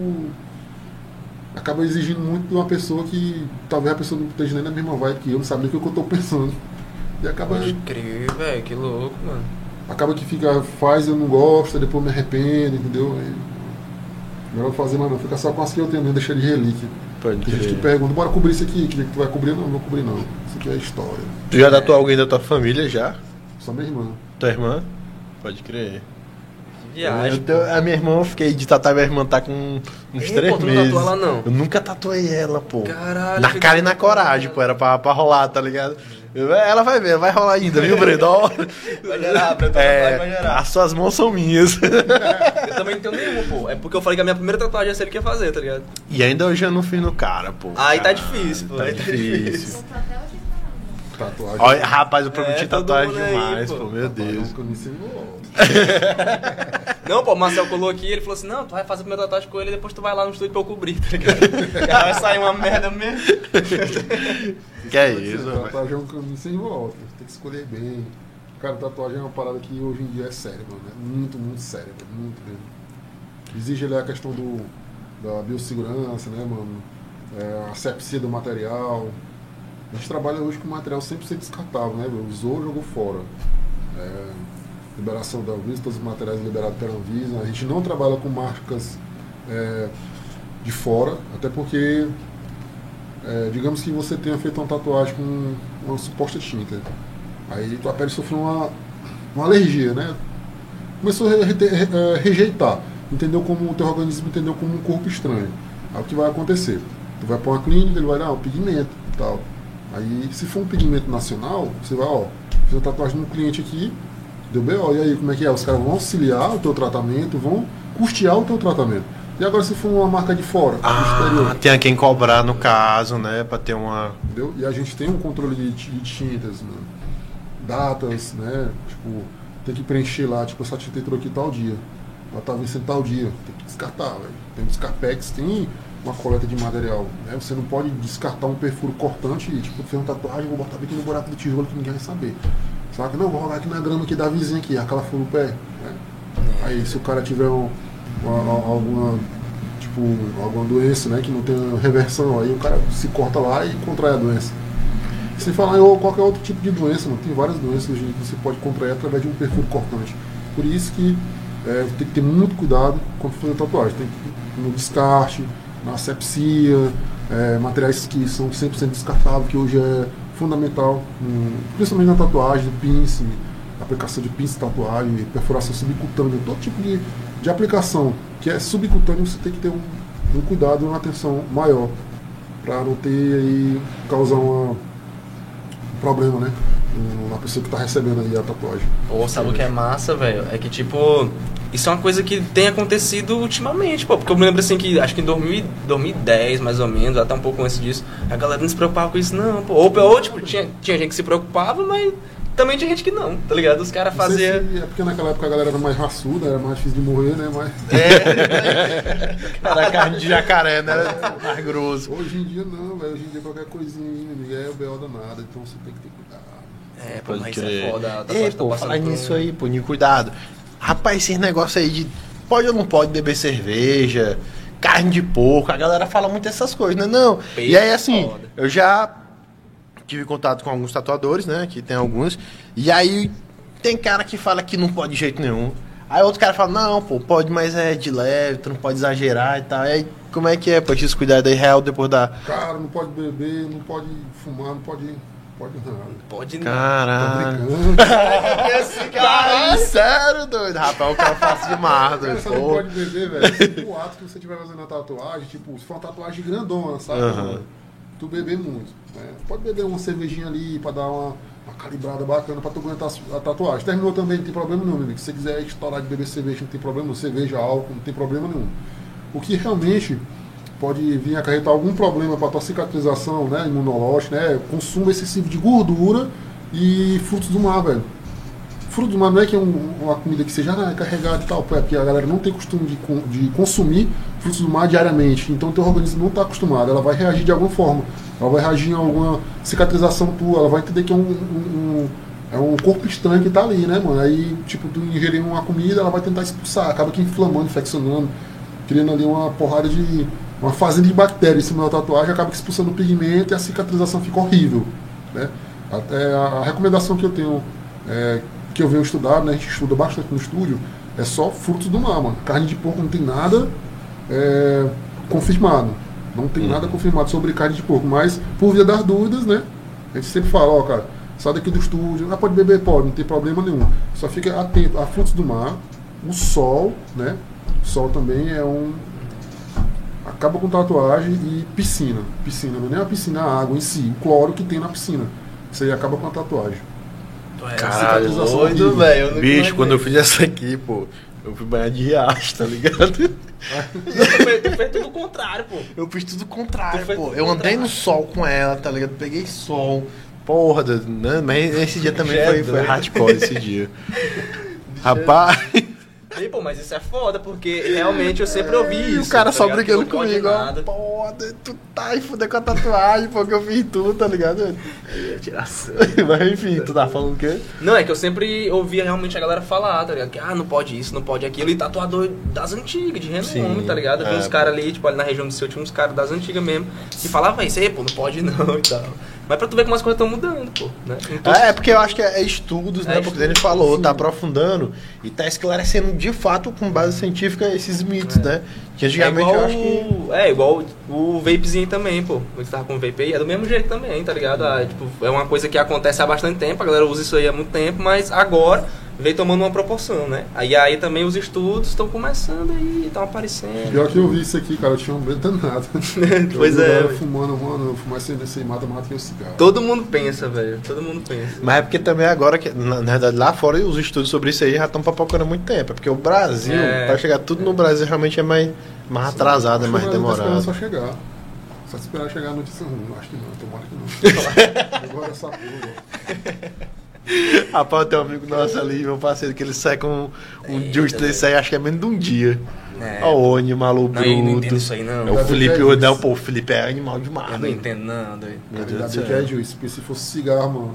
Acaba exigindo muito de uma pessoa que talvez a pessoa não esteja nem na mesma vibe que eu, não sabe nem o que eu tô pensando. E acaba... Pode crer, velho, que louco, mano. Acaba que fica, faz, eu não gosto, depois me arrependo, entendeu? E... Melhor fazer, mas não, fica só com as que eu tenho, nem deixar de relíquia. Pode Tem gente que pergunta, bora cobrir isso aqui, que tu vai cobrir? Não, não vou cobrir não. Isso aqui é história. Tu já tatuou alguém da tua família já? Só minha irmã. Tua irmã? Pode crer. Viagem. Eu, a minha irmã, eu fiquei de tatuar, minha irmã tá com uns Ei, três pô, tu meses. Não tatuou ela, não? Eu nunca tatuei ela, pô. Caralho. Na cara e na coragem, pô. Era pra, pra rolar, tá ligado? Eu, ela vai ver, vai rolar ainda, viu, Bredó? Vai gerar, Bredó, é, vai gerar. As suas mãos são minhas. Eu também não tenho nenhuma, pô. É porque eu falei que a minha primeira tatuagem ia ser ele que ia fazer, tá ligado? E ainda hoje eu não fiz no cara, pô. Aí cara, tá difícil, pô. Tá aí difícil. tá difícil. Tatuagem. Olha, rapaz, eu prometi é, tatuagem aí, demais, pô. pô, meu Deus. Não, pô, o Marcel colou aqui, ele falou assim, não, tu vai fazer a primeira tatuagem com ele e depois tu vai lá no estúdio pra eu cobrir, tá ligado? Cara, vai sair uma merda mesmo. Que é isso, velho. Tatuagem é um caminho sem volta, tem que escolher bem. Cara, tatuagem é uma parada que hoje em dia é séria, mano. É muito, muito séria, muito mesmo. Exige ali a questão do, da biossegurança, né, mano? É, a asepsia do material. A gente trabalha hoje com material cem por cento descartável, né? Usou, jogou fora. É, liberação da Anvisa, todos os materiais liberados pela Anvisa. A gente não trabalha com marcas é, de fora, até porque, é, digamos que você tenha feito uma tatuagem com uma suposta tinta. Aí tua pele sofreu uma, uma alergia, né? Começou a re, re, rejeitar. Entendeu como o teu organismo entendeu como um corpo estranho. Aí o que vai acontecer? Tu vai para uma clínica, ele vai dar um pigmento e tal. Aí, se for um pigmento nacional, você vai, ó, fiz uma tatuagem num cliente aqui, deu B O, e aí como é que é? Os caras vão auxiliar o teu tratamento, vão custear o teu tratamento. E agora se for uma marca de fora, ah, do exterior? Tem a quem cobrar no caso, né, pra ter uma... Entendeu? E a gente tem um controle de, de tintas, né? Datas, né, tipo, tem que preencher lá, tipo, essa tinta entrou aqui tal dia, ela tá vencendo tal dia, tem que descartar, velho. Tem Descarpex, tem uma coleta de material, né? Você não pode descartar um perfuro cortante e, tipo, fez uma tatuagem, vou botar aqui no buraco do tijolo que ninguém vai saber. Saca? Não, vou rolar aqui na grama aqui da vizinha aqui, aquela fura o pé, né? Aí se o cara tiver um, uma, alguma, tipo, alguma doença, né, que não tem reversão, aí o cara se corta lá e contrai a doença. Sem falar em qualquer outro tipo de doença, mano. Tem várias doenças hoje que você pode contrair através de um perfuro cortante. Por isso que é, tem que ter muito cuidado quando fazer tatuagem. Tem que ir no descarte, na asepsia, é, materiais que são cem por cento descartáveis, que hoje é fundamental, um, principalmente na tatuagem, do pince, aplicação de pince de tatuagem, perfuração subcutânea, todo tipo de, de aplicação que é subcutâneo, você tem que ter um, um cuidado, uma atenção maior, para não ter aí, causar uma, um problema, né? Na pessoa que está recebendo aí a tatuagem. Pô, sabe o que é massa, velho? É que, tipo, isso é uma coisa que tem acontecido ultimamente, pô. Porque eu me lembro, assim, que acho que em dois mil e dez, mais ou menos, até um pouco antes disso, a galera não se preocupava com isso, não, pô. Ou, ou tipo, tinha, tinha gente que se preocupava, mas também tinha gente que não, tá ligado? Os caras faziam... Se é porque naquela época a galera era mais raçuda, era mais difícil de morrer, né? Mas... É, era carne de jacaré, né? Era mais grosso. Hoje em dia não, velho. Hoje em dia qualquer coisinha aí, amigo, é o B O danado, então você tem que ter cuidado. É, pô, mas isso é foda. Ei, pô, falar nisso aí, pô, de cuidado. Rapaz, esses negócios aí de pode ou não pode beber cerveja, carne de porco, a galera fala muito essas coisas, né? Não. Peixe, e aí, assim, foda. Eu já tive contato com alguns tatuadores, né? Que tem alguns. E aí, tem cara que fala que não pode de jeito nenhum. Aí outro cara fala, não, pô, pode, mas é de leve, tu não pode exagerar e tal. E aí, como é que é, pô, esse cuidado aí real depois da... Cara, não pode beber, não pode fumar, não pode... Pode não. Pode não. Caralho. Caralho, sério, doido. Rapaz, o cara faz demais, doido. Você não pode beber, velho. Se o ato que você estiver fazendo a tatuagem, tipo, se for uma tatuagem grandona, sabe? Uhum. Tu beber muito. Né? Pode beber uma cervejinha ali pra dar uma, uma calibrada bacana pra tu aguentar a tatuagem. Terminou também, não tem problema nenhum, amigo. Se você quiser estourar de beber cerveja, não tem problema nenhum. Cerveja, álcool, não tem problema nenhum. O que realmente pode vir a acarretar algum problema para a tua cicatrização, né, imunológica, né, consumo excessivo de gordura e frutos do mar, velho. Frutos do mar não é que é um, uma comida que seja ah, carregada e tal, porque a galera não tem costume de, de consumir frutos do mar diariamente, então o teu organismo não está acostumado, ela vai reagir de alguma forma, ela vai reagir em alguma cicatrização tua, ela vai entender que é um, um, um, é um corpo estranho que está ali, né, mano, aí, tipo, tu ingerir uma comida, ela vai tentar expulsar, acaba que inflamando, infeccionando, criando ali uma porrada de... uma fazenda de bactérias em cima da tatuagem, acaba expulsando o pigmento e a cicatrização fica horrível, né? Até a, a recomendação que eu tenho, é, que eu venho estudar, né, a gente estuda bastante no estúdio, é só frutos do mar, mano. Carne de porco não tem nada é, confirmado, não tem hum. nada confirmado sobre carne de porco, mas por via das dúvidas, né, a gente sempre fala, ó, cara, sai daqui do estúdio, ah, pode beber, pode, não tem problema nenhum, só fica atento a frutos do mar, o sol, né, o sol também é um... acaba com tatuagem e piscina. Piscina, não é nem a piscina, a água em si, o cloro que tem na piscina. Isso aí acaba com a tatuagem. Caralho, doido, velho. Bicho, quando eu fiz essa aqui, pô, eu fui banhar de riacho, tá ligado? Tu fez, tu fez tudo o contrário, pô. Eu fiz tudo o contrário, pô. Eu andei no sol com ela, tá ligado? Peguei sol. Porra, né? Mas esse dia também foi, foi hardcore esse dia. Rapaz... E, pô, mas isso é foda, porque realmente eu sempre ouvi é, isso. O cara tá só ligado? brigando Não pode comigo, ó. nada. Pô, tu tá aí fuder com a tatuagem, pô, que eu fiz tudo, tá ligado? Tiração. Mas enfim, tu tá falando o quê? Não, é que eu sempre ouvia realmente a galera falar, tá ligado? Que, ah, não pode isso, não pode aquilo. E tatuador das antigas, de renome, Sim, tá ligado? Tem é, uns caras ali, tipo, ali na região do seu, tinha uns caras das antigas mesmo, que falavam isso aí, pô, não pode não e tal. Mas pra tu ver como as coisas estão mudando, pô, né? Então, É, é porque eu acho que é, é estudos, né? É Porque ele estudos, falou, sim. tá aprofundando e tá esclarecendo de fato, com base científica, esses mitos, É. né? Que é antigamente igual, eu acho que. é igual o vapezinho também, pô. Você tava com o vape aí, é do mesmo jeito também, tá ligado? Ah, tipo, é uma coisa que acontece há bastante tempo, a galera usa isso aí há muito tempo, mas agora veio tomando uma proporção, né? Aí aí também os estudos estão começando aí, estão aparecendo. Pior que eu vi isso aqui, cara, eu tinha um medo danado. Pois eu é. Eu fumando, mano, eu fumar sem sem mata, mata que eu cigarro. Todo mundo pensa, velho. Todo mundo pensa. Mas é porque também agora, que, na, na verdade, lá fora os estudos sobre isso aí já estão papocando há muito tempo. É porque o Brasil, É. pra chegar tudo no Brasil, realmente é mais, mais atrasado, é mais Acho que o Brasil tá demorado. esperando só chegar. Só esperar chegar a notícia ruim. Acho que não, tomara que não. Agora essa porra. Rapaz, tem um amigo nosso ali, meu parceiro, que ele sai com um Eita, juice desse aí, acho que é menos de um dia. É. Ó, o animal Não, eu não entendo bruto. isso aí, não. É o Deve Felipe, ter o isso. não, pô, o Felipe é animal demais. Eu não doido. entendo não, doido. Meu Deus Ainda do bem que é céu. juiz, porque se fosse cigarro, mano.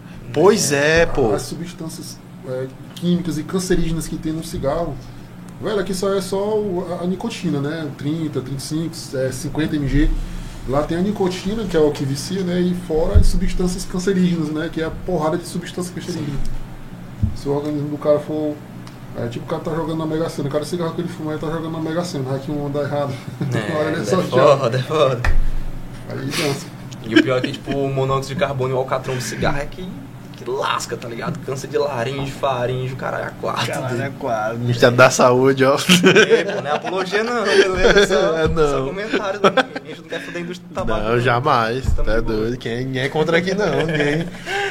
Pois é, pô. As substâncias é, químicas e cancerígenas que tem no cigarro. Velho, aqui só é só o- a, a nicotina, né? trinta, trinta e cinco, é, cinquenta mililitros. Lá tem a nicotina, que é o que vicia, né? E fora as substâncias cancerígenas, né? Que é a porrada de substância cancerígena. Se o organismo do cara for. É tipo o cara tá jogando na Mega Sena. O cara cigarro que ele fuma, ele tá jogando na Mega Sena. Vai que um anda errado. É, Na hora ele é é só foda, é foda. Aí dança. E o pior é que, tipo, o monóxido de carbono e o alcatrão do cigarro é que, que lasca, tá ligado? Câncer de laringe, faringe, o caralho, a quarta. Caralho, é quase. Ministério da Saúde, ó. É, pô, não é apologia não, beleza? Só, É, não. só comentário também. A gente não quer foder a indústria do tabaco. Não, jamais. Tá Tá muito bom. doido. Quem ninguém é contra aqui, não. Ninguém.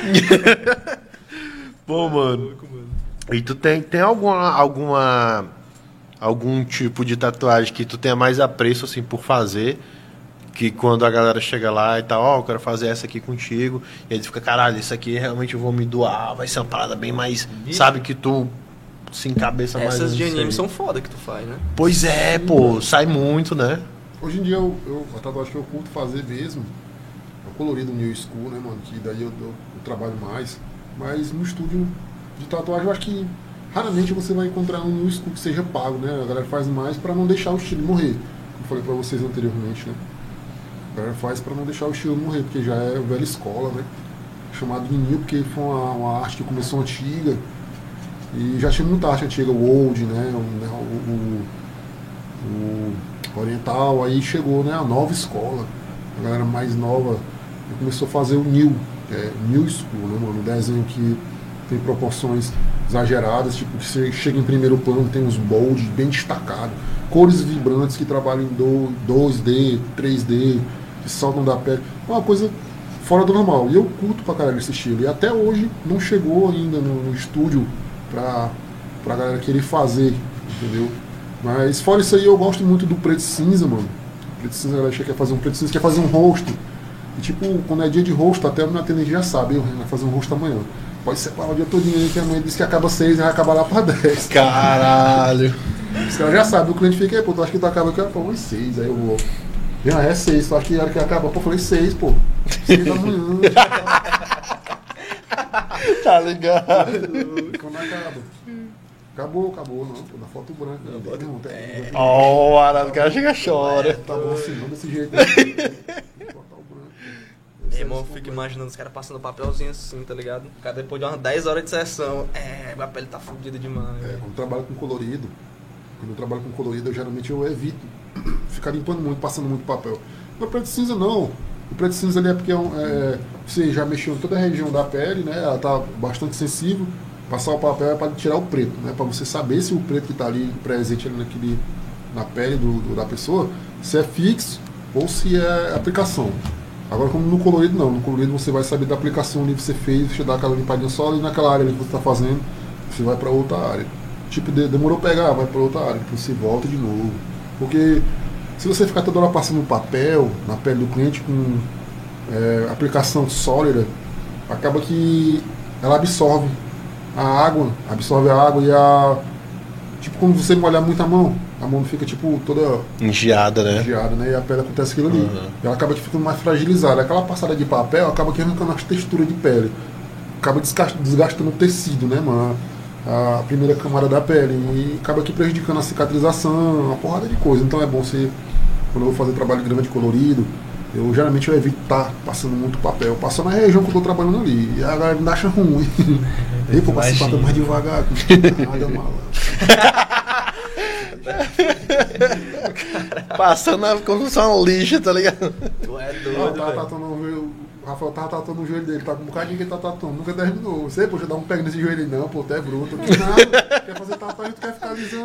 Pô, mano. E tu tem, tem alguma, alguma. Algum tipo de tatuagem que tu tenha mais apreço, assim, por fazer? Que quando a galera chega lá e tal, ó, eu quero fazer essa aqui contigo. E aí tu fica, caralho, isso aqui realmente eu vou me doar. Vai ser uma parada bem mais. Vixe. Sabe que tu se encabeça mais. Essas de nisso anime aí. são foda que tu faz, né? Pois é, pô. Sai muito, né? Hoje em dia, eu, eu, a tatuagem que eu curto fazer mesmo é o colorido New School, né, mano? Que daí eu, eu, eu trabalho mais. Mas no estúdio de tatuagem, eu acho que raramente você vai encontrar um New School que seja pago, né? A galera faz mais pra não deixar o estilo morrer. Como eu falei pra vocês anteriormente, né? A galera faz pra não deixar o estilo morrer, porque já é velha escola, né? Chamado de New, porque foi uma, uma arte que começou antiga. E já tinha muita arte antiga, o old, né? O, né? o, o, o oriental, aí chegou, né, a nova escola, a galera mais nova começou a fazer o new, que é new school, né, mano, um desenho que tem proporções exageradas, tipo, que você chega em primeiro plano, tem uns bold bem destacados, cores vibrantes que trabalham em do- dois D, três D, que saltam da pele, uma coisa fora do normal, e eu curto pra caralho esse estilo, e até hoje não chegou ainda no, no estúdio pra, pra galera querer fazer, entendeu? Mas fora isso aí, eu gosto muito do preto cinza, mano. Preto cinza, a galera quer fazer um preto cinza, quer fazer um rosto. E tipo, quando é dia de rosto, até o meu atendente já sabe, eu vai fazer um rosto amanhã. Pode separar o dia todinho aí, que a mãe disse que acaba seis e vai acabar lá pra dez. Caralho. Os caras já sabem, o cliente fica aí, pô, tu acha que tu acaba aqui? Pô, umas seis, aí eu vou. Já é seis, tu acha que a hora que acaba? Pô, eu falei seis, pô. Seis da manhã. Tá ligado? Quando acaba. Acabou, acabou, não, pô, da foto branca. Não, não, tem, É. Ó, o Arado, o cara chega e chora. tá bom assim, não desse jeito. Botar o branco. Meu irmão, eu fico imaginando os caras passando papelzinho assim, tá ligado? O cara depois de umas dez horas de sessão, é, a pele tá fodida demais. É, quando eu trabalho com colorido, quando eu trabalho com colorido, eu geralmente eu evito ficar limpando muito, passando muito papel. Mas o preto cinza não. O preto cinza ali é porque é um, é, você já mexeu em toda a região da pele, né? Ela tá bastante sensível. Passar o papel é para tirar o preto, né? Para você saber se o preto que está ali presente ali naquele, na pele do, do- da pessoa, se é fixo ou se é aplicação. Agora, como no colorido não, no colorido você vai saber da aplicação ali que você fez, você dá aquela limpadinha só ali naquela área ali que você está fazendo, você vai para outra área. Tipo, de- demorou a pegar, vai para outra área, depois você volta de novo. Porque se você ficar toda hora passando papel na pele do cliente com é, aplicação sólida, acaba que ela absorve a água, absorve a água e a, tipo, quando você molhar muito a mão, a mão fica, tipo, toda... Engiada, né? Engiada, né? E a pele acontece aquilo ali. Uhum. E ela acaba ficando mais fragilizada. Aquela passada de papel acaba que arrancando as texturas de pele. Acaba desgastando o tecido, né, mano? A primeira camada da pele. E acaba aqui prejudicando a cicatrização, uma porrada de coisa. Então é bom você, quando eu vou fazer trabalho grande colorido, eu geralmente eu evito estar passando muito papel. Passo na região que eu tô trabalhando ali. E a galera me acha ruim. E pô, passa o papel mais devagar. Nada malandro. Passando como se fosse uma lixa, tá ligado? Tu é Não, doido, tá velho. tatuando o joelho- o Rafael tava tatuando o joelho dele, tá com um bocadinho que ele tá tatuando, nunca terminou. Você, poxa, dá um pego nesse joelho aí, não, pô, tu é bruto. Que nada, quer fazer tatuagem, tu quer ficar alisando.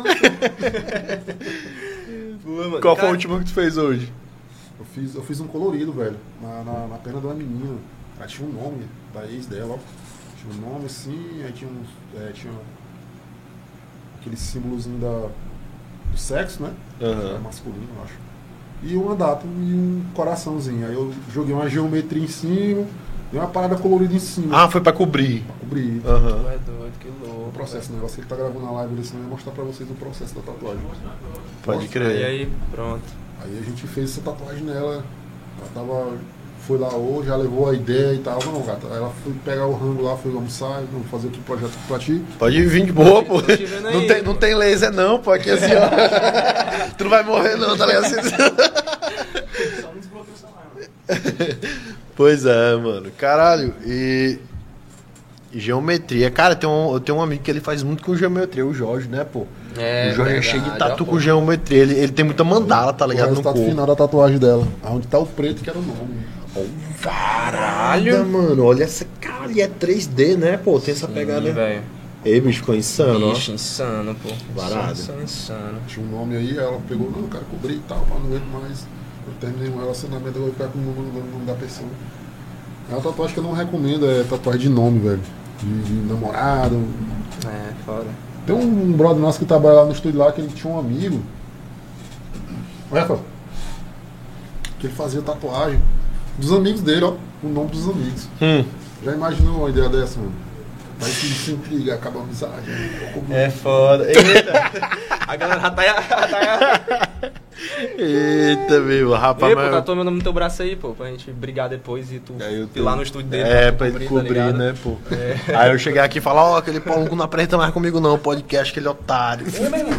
Pô. Boa, mano. Qual Cara, foi o último que tu fez hoje? Eu fiz, eu fiz um colorido, velho, na, na, na perna de uma menina. Ela tinha um nome da ex dela, ó. Tinha um nome assim, aí tinha uns. É, tinha aquele símbolozinho da, do sexo, né? Aham. Era masculino, eu acho. E uma data e um coraçãozinho. Aí eu joguei uma geometria em cima e uma parada colorida em cima. Ah, foi pra cobrir. Pra cobrir. Tu Aham. é doido, que louco. O processo, o negócio que ele tá gravando na live, ele vai mostrar pra vocês o processo da tatuagem. Pode Mostra. crer. E aí, pronto. Aí a gente fez essa tatuagem nela. Ela tava. Foi lá hoje, já levou a ideia e tal. Não, gata. Aí ela foi pegar o rango lá, foi almoçar, vamos fazer aqui o projeto pra ti. Pode vir de boa, pô. Tô te vendo Não aí, tem, pô. não tem laser não, pô. Aqui assim, ó. Tu não vai morrer não, tá ligado? Assim, Só não desbloqueou o celular, mano. pois é, mano. Caralho. E... e geometria. Cara, tem um, eu tenho um amigo que ele faz muito com geometria, o Jorge, né, pô? É, o Jorge é verdade, cheio de ó, tatu pô. com geometria. Ele, ele tem muita mandala, tá O ligado? No resultado corpo. final da tatuagem dela. Onde tá o preto, que era o nome. Caralho, mano. Olha essa cara. E é três D, né, pô? Tem essa pegada. Sim, velho. Ei, bicho, ficou insano, ó. Bicho, insano, pô. Varado. Insano, insano. Tinha um nome aí, ela pegou, não, eu quero cobrir e tal, pra não aguento mais. Eu terminei um relacionamento, eu vou ficar com o nome, o nome da pessoa. É uma tatuagem que eu não recomendo, é tatuagem de nome, velho. De, de namorado. É, foda. Tem um brother nosso que trabalha lá no estúdio lá, que ele tinha um amigo. Olha, Rafael. Que ele fazia tatuagem dos amigos dele, ó. O nome dos amigos. Hum. Já imaginou uma ideia dessa, mano? Vai se se intriga, acaba a amizade. É foda. Eita. A galera já tá... Já tá... Eita, meu. Rapaz, Ei, pô, mas... tatua meu nome no teu braço aí, pô, pra gente brigar depois e tu Aí eu ir tenho- lá no estúdio dele. É, tu pra ele tá cobrir, ligado? né, pô. Aí eu cheguei aqui e falar, ó, aquele Paulo não apresenta mais comigo não, podcast, aquele otário.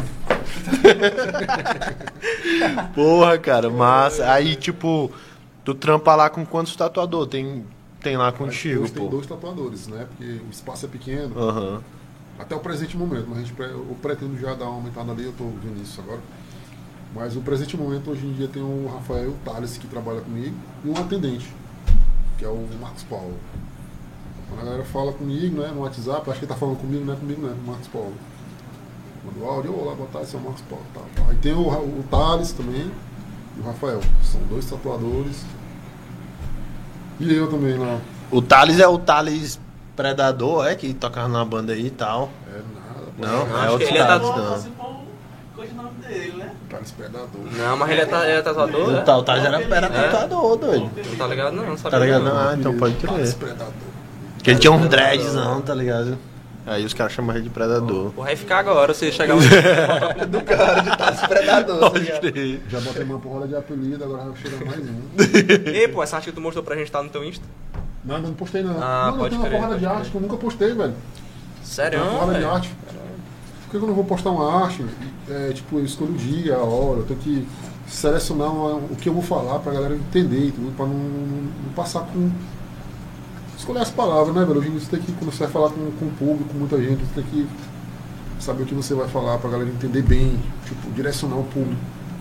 Porra, cara, massa. Aí, tipo, tu trampa lá com quantos tatuadores tem, tem lá contigo, Hoje tem pô? dois tatuadores, né? Porque o espaço é pequeno. Aham. Até o presente momento, mas a gente, pre- eu pretendo já dar uma aumentada ali, eu tô vendo isso agora. Mas o presente momento, hoje em dia, tem o Rafael Thales, que trabalha comigo, e um atendente, que é o Marcos Paulo. Quando a galera fala comigo, né, no WhatsApp, acho que ele tá falando comigo, não é comigo, né, com o Marcos Paulo. Manda o áudio, eu vou lá botar esse é o Marcos Paulo. Tá, tá. Aí tem o, Ra- o Thales também, e o Rafael. São dois tatuadores. E eu também lá. O Thales é o Thales Predador, é? Que tocava na banda aí e tal. É nada. Não, Acho é outro que ele é Thales, da- não. Você pôr o nome dele, né? Thales Predador. Não, mas ele é, ta- é tatuador, O né? tal Thales era, era tatuador, doido. Não tá ligado não, não sabia Tá ligado? não. Não, ah, então pode Thales crer. Predador. Que ele tinha um dreadzão, tá ligado? Aí os caras chamam ele de Predador. Vai ficar agora, você chegar lá do cara de Thales Predador, tá ligado? Já botei uma porrada de apelido, agora vai chegar mais um. Ei, pô, essa arte que tu mostrou pra gente tá no teu Insta? Não, ainda não postei não. Ah, Mano, eu pode tenho uma crer, porrada pode de crer. arte que eu nunca postei, velho. Sério, Uma porrada de velho? arte. Por que eu não vou postar uma arte? É, tipo, eu escolho o dia, a hora, eu tenho que selecionar uma- o que eu vou falar pra galera entender e tudo, pra não, não passar com. Escolher as palavras, né, velho? Hoje em dia você tem que, quando você vai falar com, com o público, com muita gente, você tem que saber o que você vai falar pra galera entender bem, tipo, direcionar o público.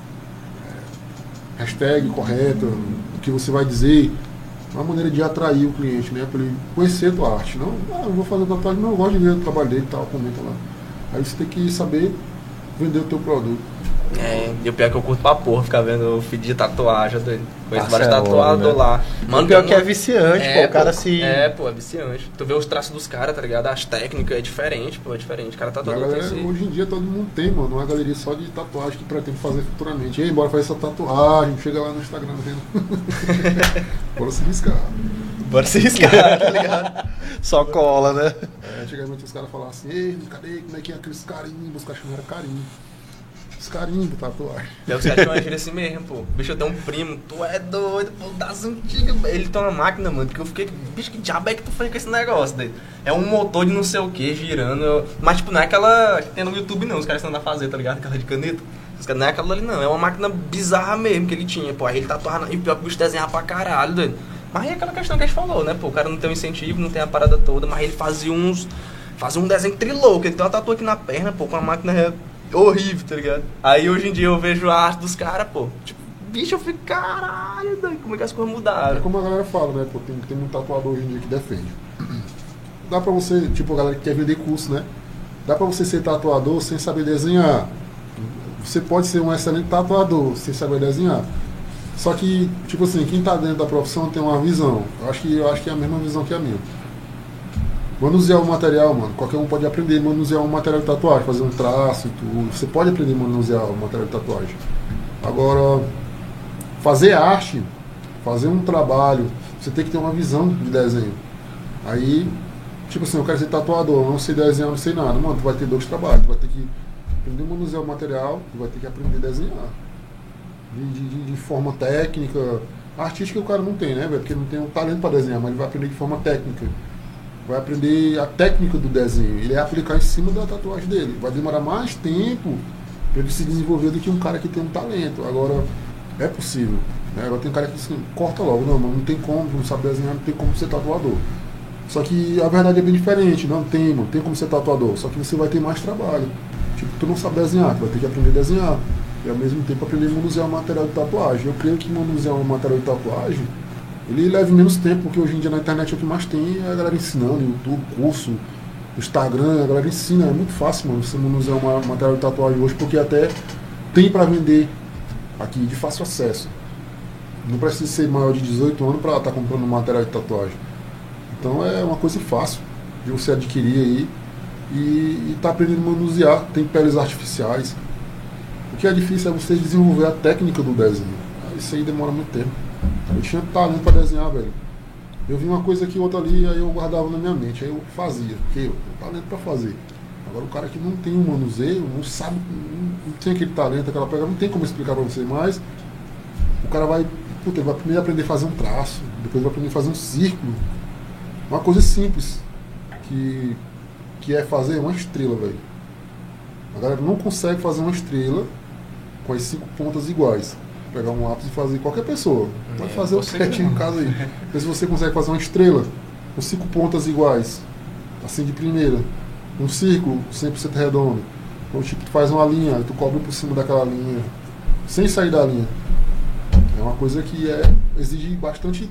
É, hashtag correta, o que você vai dizer. Uma maneira de atrair o cliente, né? Pra ele conhecer a tua arte. Não, ah, eu vou fazer tatuagem, não, eu gosto de ver o trabalho dele e tal, comenta lá. Aí você tem que saber vender o teu produto. É, e o pior é que eu curto pra porra ficar vendo o feed de tatuagem, doido. Conheço Passa vários é tatuadores hora, né? lá. O pior tem que é uma- viciante, pô. O cara se. É, pô, é viciante. Tu vê os traços dos caras, tá ligado? As técnicas é diferente, pô, é diferente. O cara A tatuador tem galera, esse... hoje em dia todo mundo tem, mano, uma galeria só de tatuagem que pretende fazer futuramente. Ei, bora fazer essa tatuagem, chega lá no Instagram vendo. Bora se riscar. Bora ser esse cara, tá ligado? Só cola, né? É, antigamente os caras falavam assim, ei, cadê, como é que é aqueles carimbos? Os caras chamavam carimbo. Os carimbos, tatuagem. E aí os caras chamam ele assim mesmo, pô. Bicho, eu tenho um primo, tu é doido, pô, das antigas. Ele tem uma máquina, mano, porque eu fiquei, bicho, que diabo é que tu fez com esse negócio daí? É um motor de não sei o que girando, eu... mas tipo, não é aquela que tem no YouTube não, os caras estão a fazer, tá ligado? Aquela de caneta. Os caras, não é aquela ali não, é uma máquina bizarra mesmo que ele tinha, pô. Aí ele tatuava, e pior que o bicho desenhava pra caralho, doido. Mas aí é aquela questão que a gente falou, né, pô, o cara não tem um incentivo, não tem a parada toda, mas ele fazia uns, fazia um desenho trilouco, ele tem uma tatu aqui na perna, pô, com uma máquina horrível, tá ligado? Aí hoje em dia eu vejo a arte dos caras, pô, tipo, bicho, eu fico, caralho, doido, como é que as coisas mudaram? É como a galera fala, né, pô, tem, tem muito tatuador hoje em dia que defende. Dá pra você, tipo, a galera que quer vender curso, né, dá pra você ser tatuador sem saber desenhar. Você pode ser um excelente tatuador sem saber desenhar. Só que, tipo assim, quem tá dentro da profissão tem uma visão. Eu acho que, eu acho que é a mesma visão que a minha. Manusear o material, mano. Qualquer um pode aprender a manusear um material de tatuagem, fazer um traço e tudo. Você pode aprender a manusear o material de tatuagem. Agora, fazer arte, fazer um trabalho, você tem que ter uma visão de desenho. Aí, tipo assim, eu quero ser tatuador, eu não sei desenhar, não sei nada. Mano, tu vai ter dois trabalhos. Tu vai ter que aprender a manusear o material, tu vai ter que aprender a desenhar. De, de, de forma técnica, artística o cara não tem, né, velho? Porque não tem um talento para desenhar, mas ele vai aprender de forma técnica. Vai aprender a técnica do desenho. Ele vai aplicar em cima da tatuagem dele. Vai demorar mais tempo para ele se desenvolver do que um cara que tem um talento. Agora, é possível. Né? Agora tem um cara que diz assim, corta logo. Não, mano, não tem como, não sabe desenhar, não tem como ser tatuador. Só que a verdade é bem diferente. Não tem, mano, tem como ser tatuador. Só que você vai ter mais trabalho. Tipo, tu não sabe desenhar, tu vai ter que aprender a desenhar. E ao mesmo tempo aprender a manusear o material de tatuagem. Eu creio que manusear um material de tatuagem, ele leva menos tempo, porque hoje em dia na internet é o que mais tem, é a galera ensinando, YouTube, curso, Instagram, a galera ensina, é muito fácil, mano, você manusear um material de tatuagem hoje, porque até tem para vender aqui de fácil acesso. Não precisa ser maior de dezoito anos para estar tá comprando um material de tatuagem. Então é uma coisa fácil de você adquirir aí e estar tá aprendendo a manusear. Tem peles artificiais. O que é difícil é você desenvolver a técnica do desenho. Isso aí demora muito tempo. Eu tinha talento para desenhar, velho. Eu vi uma coisa aqui, outra ali, aí eu guardava na minha mente, aí eu fazia, porque eu tenho talento para fazer. Agora o cara que não tem um manuseio, não sabe, não, não tem aquele talento, aquela pegada, não tem como explicar para você, mas o cara vai, puta, ele vai primeiro aprender a fazer um traço, depois vai aprender a fazer um círculo. Uma coisa simples, que, que é fazer uma estrela, velho. A galera não consegue fazer uma estrela com as cinco pontas iguais. Pegar um lápis e fazer, qualquer pessoa pode é, fazer o sketchinho em casa aí. Mas se você consegue fazer uma estrela com cinco pontas iguais, assim de primeira, um círculo cem por cento redondo, então tipo tu faz uma linha, tu cobre por cima daquela linha sem sair da linha, é uma coisa que é, exige bastante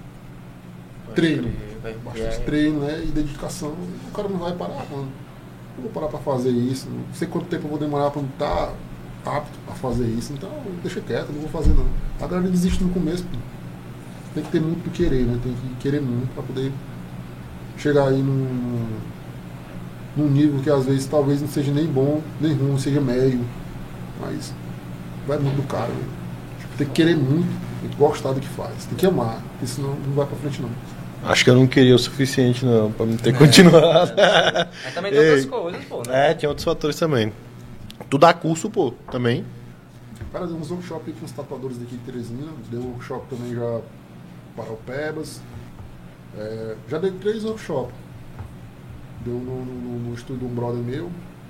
treino, bastante treino, né, e dedicação. O cara não vai parar, mano. Eu vou parar para fazer isso, não sei quanto tempo eu vou demorar para estar apto a fazer isso, então deixa quieto, não vou fazer não. A galera desiste no começo, pô. Tem que ter muito para querer, né? Tem que querer muito para poder chegar aí num, num nível que às vezes talvez não seja nem bom, nem ruim, seja médio, mas vai muito do cara, né? Tipo, tem que querer muito, tem que gostar do que faz, tem que amar, porque senão não vai para frente não. Acho que eu não queria o suficiente não, para não ter é, continuado. É, mas também tem outras coisas, pô, né? É, tinha outros fatores também. Tu dá curso, pô, também. Cara, deu uns workshops aqui com os tatuadores daqui de Teresina, deu workshop também já para o Pebas. É, já dei três workshops. Deu no, no, no estúdio de um brother meu,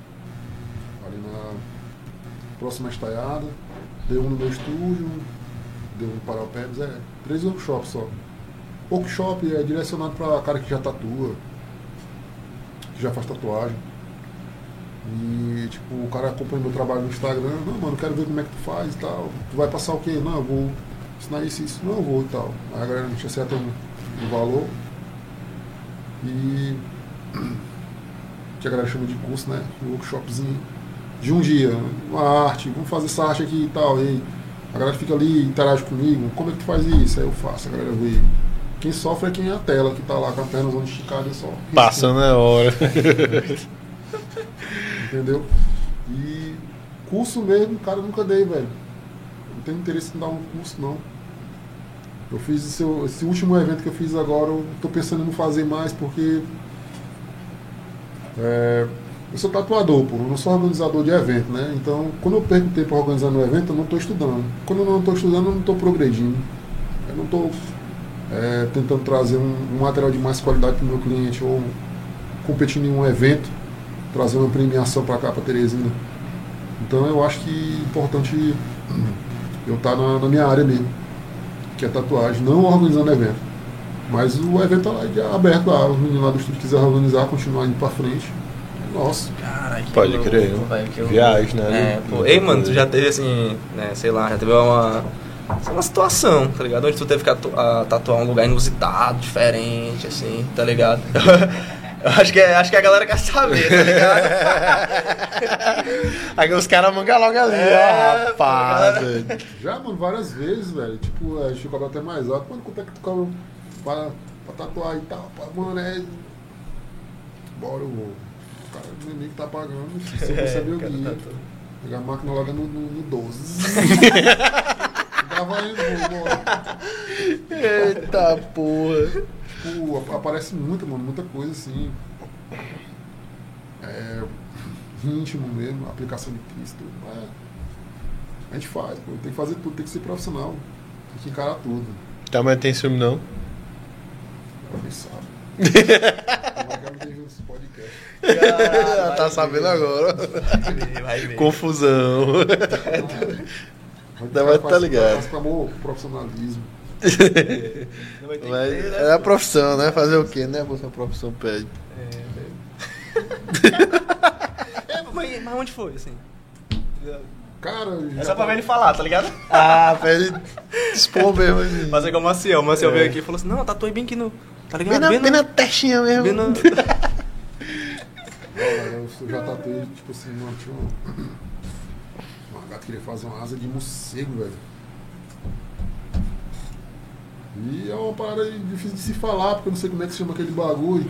ali na próxima estaiada. Deu um no meu estúdio, deu um para o Pebas, é, três workshops só. Workshop é direcionado para cara que já tatua, que já faz tatuagem. E tipo, o cara acompanha meu trabalho no Instagram, não, mano, quero ver como é que tu faz e tal. Tu vai passar o quê? Não, eu vou ensinar isso, isso, não, eu vou e tal. Aí a galera a gente acerta um, um valor. E que a galera chama de curso, né? Um workshopzinho de um dia, uma arte, vamos fazer essa arte aqui e tal. E a galera fica ali, interage comigo, como é que tu faz isso? Aí eu faço, a galera vê. Quem sofre é quem é a tela, que tá lá com a perna zona esticada e só. Passando a hora. Entendeu? E curso mesmo, cara, eu nunca dei, velho. Não tenho interesse em dar um curso, não. Eu fiz esse, esse último evento que eu fiz agora, eu tô pensando em não fazer mais porque é, eu sou tatuador, pô, eu não sou organizador de evento, né? Então, quando eu perco tempo organizando um evento, eu não estou estudando. Quando eu não estou estudando, eu não estou progredindo. Eu não estou é, tentando trazer um, um material de mais qualidade para o meu cliente ou competindo em um evento, trazer uma premiação para cá, para Teresina. Então, eu acho que é importante eu estar na, na minha área mesmo, que é tatuagem, não organizando evento. Mas o evento está lá aberto lá, os meninos lá do estúdio quiserem organizar, continuar indo para frente. Nossa. Caralho, que Pode louco, crer. véio, que Viagem, né? É, pô. Ei, mano, tu já teve assim, né, sei lá, já teve uma, uma situação, tá ligado? Onde tu teve que atu- a, tatuar um lugar inusitado, diferente, assim, tá ligado? Eu acho que, é, acho que a galera quer saber, tá ligado? Aí os caras mangam logo ali, É, ó, rapaz. velho. Já, mano, várias vezes, velho. Tipo, a gente cobra até mais alto. Mano, quanto é que tu cobra pra, pra tatuar e tal? Pra, mano, é. Bora, eu vou. O cara nem nem que tá pagando. Se você receber o guia. Pegar a máquina logo no, no, no doze. Tava indo, bora. Eita porra. Tipo, aparece muita, mano, muita coisa assim. É. Íntimo mesmo, aplicação de piso, tudo. É, a gente faz, pô, tem que fazer tudo, tem que ser profissional. Tem que encarar tudo. Tá, mas tem ciúme não? Alguém sabe. Como é que eu não tenho esse podcast? Caralho, tá sabendo agora. Vai ver, vai ver. Confusão. Ainda vai tá ligado. Faz com amor, profissionalismo. Não vai ter que Mas ter, né, é a pô? profissão, né? Fazer o quê, né? Você a profissão pede. É, mas, mas onde foi, assim? Cara, já É só pra ver ele falar, tá ligado? Ah, pra ele expor mesmo assim. Fazer igual o Maciel. O Maciel É. veio aqui e falou assim, não, tatuei bem aqui no... Tá ligado? Bem na, bem na testinha mesmo. bem no- eu já tatuei, tipo assim, mano, tinha uma... uma gata que queria fazer uma asa de morcego, velho. E é uma parada difícil de se falar, porque eu não sei como é que se chama aquele bagulho.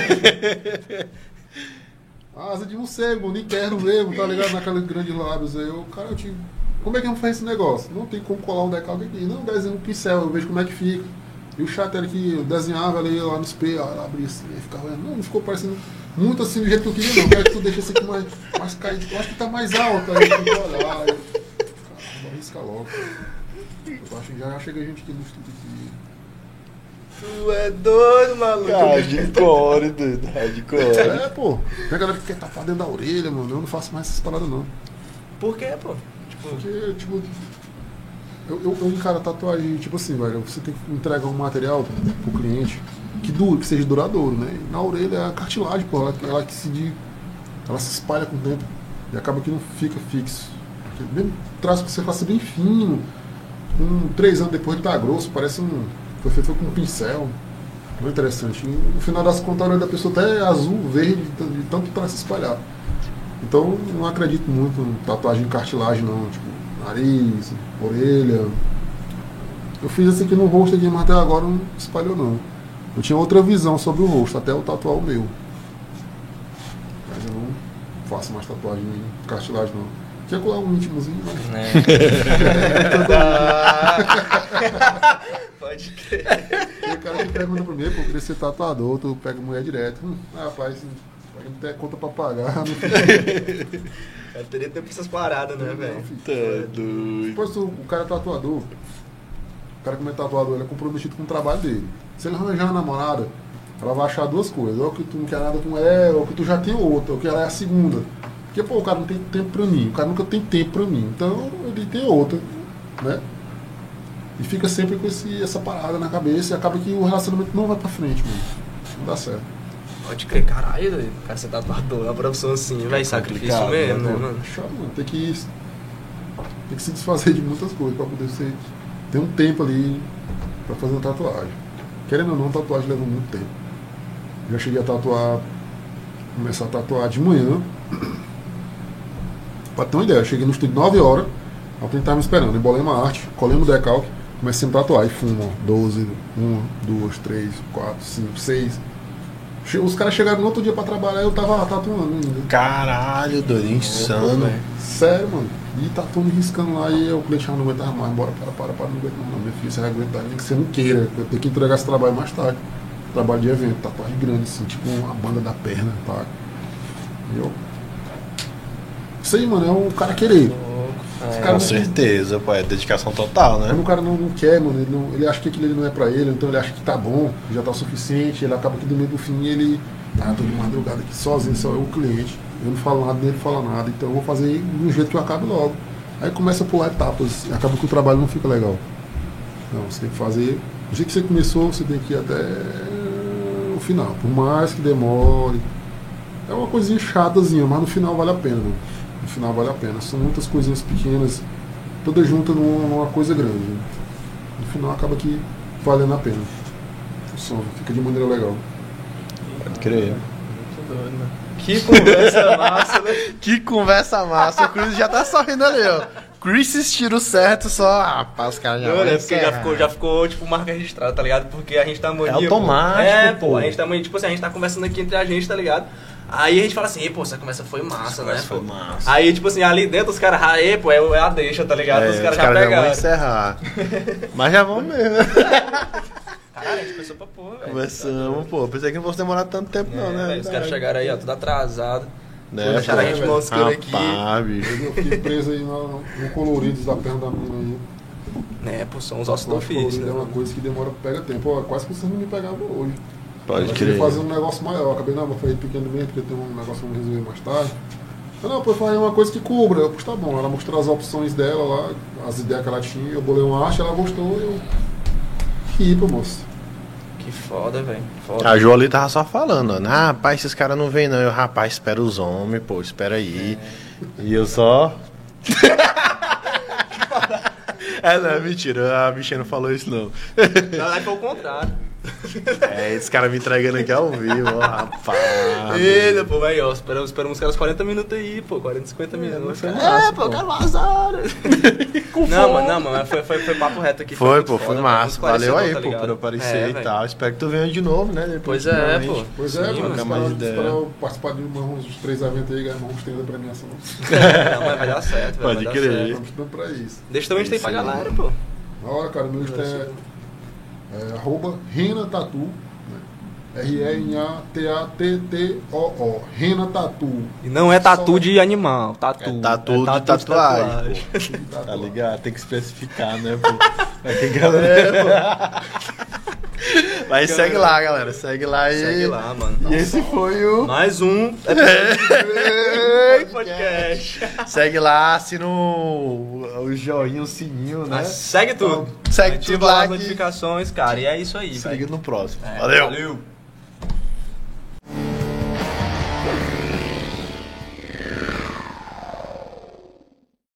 Asa de morcego, no interno mesmo, tá ligado? Naqueles grandes lábios aí. Eu, cara, eu tive... Como é que eu faço esse negócio? Não tem como colar um decalque aqui. Não, desenho um pincel, eu vejo como é que fica. E o chato era que eu desenhava ali lá no espelho, ela abria assim, aí ficava olhando. Não, não ficou parecendo muito assim do jeito que eu queria, não. Eu quero que tu deixe isso aqui mais, mais caído. Eu acho que tá mais alto aí, tem que olhar. Aí, caramba, arrisca logo. Eu acho que já chega gente aqui no estúdio aqui. Tu é doido, maluco. Hardcore, doido. Hardcore. É, pô. Tem a galera que quer tapar dentro da orelha, mano. Eu não faço mais essas paradas, não. Por quê, pô? Tipo, Porque, tipo, eu, eu, eu encaro a tatuagem, tipo assim, velho, você tem que entregar um material pro cliente que dure, que seja duradouro, né? E na orelha é a cartilagem, pô, ela, ela que se de, ela se espalha com o tempo e acaba que não fica fixo. Porque mesmo traço que você faça bem fino, um, três anos depois ele tá grosso, parece um. Foi feito com um pincel. Muito interessante. E, no final das contas, a orelha da pessoa até é azul, verde, de tanto traço espalhado. Então, não acredito muito em tatuagem em cartilagem, não. Tipo, nariz, orelha. Eu fiz assim aqui no rosto aqui, mas até agora não espalhou, não. Eu tinha outra visão sobre o rosto, até eu tatuar o meu. Mas eu não faço mais tatuagem em cartilagem, não. Tinha que colar um íntimozinho, mas... né? Pode crer. Tem o cara que pergunta pra mim, pô, eu queria ser tatuador, tu pega mulher direto. Hum, ah, rapaz, não tem conta pra pagar. Não Eu teria tempo pra essas paradas, né, velho? Tá doido. Depois o cara é tatuador, o cara que é tatuador, ele é comprometido com o trabalho dele. Se ele arranjar uma namorada, ela vai achar duas coisas. Ou que tu não quer nada com ela, ou que tu já tem outra, ou que ela é a segunda. Porque, pô, o cara não tem tempo pra mim, o cara nunca tem tempo pra mim. Então, ele tem outra, né? E fica sempre com esse, essa parada na cabeça e acaba que o relacionamento não vai pra frente, mano. Não dá certo. Pode crer, caralho, doido. Cara, você tá tatuador, uma profissão assim, vai sacrifício complicado, mesmo, né, né, mano? Chato, mano. Tem que, tem que se desfazer de muitas coisas pra poder ser, ter um tempo ali pra fazer uma tatuagem. Querendo ou não, tatuagem leva muito tempo. Já cheguei a tatuar, começar a tatuar de manhã. Pra ter uma ideia, eu cheguei no estúdio nove horas, a cliente tava me esperando, embolei uma arte, colei no decalque, comecei a tatuar e fumo, ó, doze, uma, duas, três, quatro, cinco, seis. Os caras chegaram no outro dia pra trabalhar e eu tava tatuando ainda. Caralho, doido. Insano. velho. Sério, mano. E tá todo mundo riscando lá e o cliente já não aguentava mais. Bora, para, para, para, não aguenta não. Meu filho, você vai aguentar, nem que você não queira. Eu tenho que entregar esse trabalho mais tarde. Trabalho de evento, tatuagem grande, assim, tipo uma banda da perna, tá? E eu... Isso aí, mano, é o cara querer. É, com não... certeza, pô, é dedicação total, né? Quando o cara não, não quer, mano, ele, não, ele acha que aquilo não é pra ele, então ele acha que tá bom, já tá o suficiente, ele acaba que do meio do fim ele... Ah, tô de madrugada aqui sozinho, só eu o cliente. Eu não falo nada, nem ele fala nada, então eu vou fazer de um jeito que eu acabe logo. Aí começa a pular etapas, e acaba que o trabalho não fica legal. Não, você tem que fazer... Do jeito que você começou, você tem que ir até o final. Por mais que demore. É uma coisinha chatazinha, mas no final vale a pena, mano. No final vale a pena. São muitas coisinhas pequenas, todas juntas numa coisa grande. Né? No final acaba que valendo a pena. Funciona, fica de maneira legal. Pode crer. Muito doido, né? Que conversa massa, né? Que conversa massa. O Chris já tá sorrindo ali, ó. Chris tiro certo, só. Rapaz, os caras já não, é porque já ficou, já ficou, tipo, marca registrada, tá ligado? Porque a gente tá mania. É automático, é, pô. pô. A gente tá mania, tipo assim, a gente tá conversando aqui entre a gente, tá ligado? Aí a gente fala assim, ei, pô, essa conversa foi massa, né? Foi pô? massa. Aí, tipo assim, ali dentro os caras, aê, pô, é a deixa, tá ligado? É, os caras os já cara pegaram. Já vão encerrar. Mas já vão mesmo. Caralho, a gente pensou pra porra, velho. Começamos, tá pô. Pensei que não fosse demorar tanto tempo, é, não, né? Véio, os caras chegaram aí, ó, tudo atrasado. Né, deixaram a gente moscando aqui. Bicho. Eu fiquei preso aí no, no coloridos da perna da menina aí. É, pô, são os ossos do ofício. Né? É uma coisa que demora, pega tempo. Ó, quase que vocês não me pegavam hoje. Pode eu crer. fazer um negócio maior. Acabei, não, vou fazer pequeno bem, porque tem um negócio que eu vou resolver mais tarde. Eu, não, pô, fazer uma coisa que cubra. Eu, tá bom. Ela mostrou as opções dela lá, as ideias que ela tinha. Eu bolei uma arte, ela gostou e eu. Ri, pô, moço. Que foda, velho. A Jo ali tava só falando, ó. Ah, rapaz, esses caras não vêm não. Eu, rapaz, espera os homens, pô, espera aí. É. E eu só. É, não, é mentira. A bichinha não falou isso, não. Na verdade foi o contrário. É, esse cara me entregando aqui ao vivo, ó, rapaz. Eita, pô, velho, ó, esperamos, esperamos os caras quarenta minutos aí, pô, quarenta, cinquenta minutos. É, massa, é pô, eu quero vazar. Não, mano, não, mano, foi, foi, foi papo reto aqui. Foi, foi pô, foi foda, massa. Valeu aí, tá pô, por aparecer é, e véio. tal. Espero que tu venha de novo, né? Depois, pois é, pô. Pois é, Sim, mano, mais ideia. Esperar eu participar de uns três eventos aí e ganhar uns trinta da premiação. Não, mas vai dar certo, Pode vai crer. dar certo. Estamos estudando pra isso. Deixa também a gente tem pra galera, pô. Na hora, cara, meu Insta é, é arroba Rena Tatu, né? R E N A T A T T O O, Rena Tatu. E não é tatu Só... de animal, tatu. É tatu, é tatu de tatuagem, de tatuagem. Pô. Tá ligado? Tem que especificar, né, pô? Aqui, galera. É, pô. Mas galera, segue lá, galera. Segue lá e. Segue lá, mano. E Nossa, esse foi o. Mais um é. podcast. Segue lá, assina o, o joinha, o sininho, né? Mas segue tudo. Então, segue Ativa tudo lá. as notificações, cara. E é isso aí. Se liga no próximo. É, valeu. Valeu.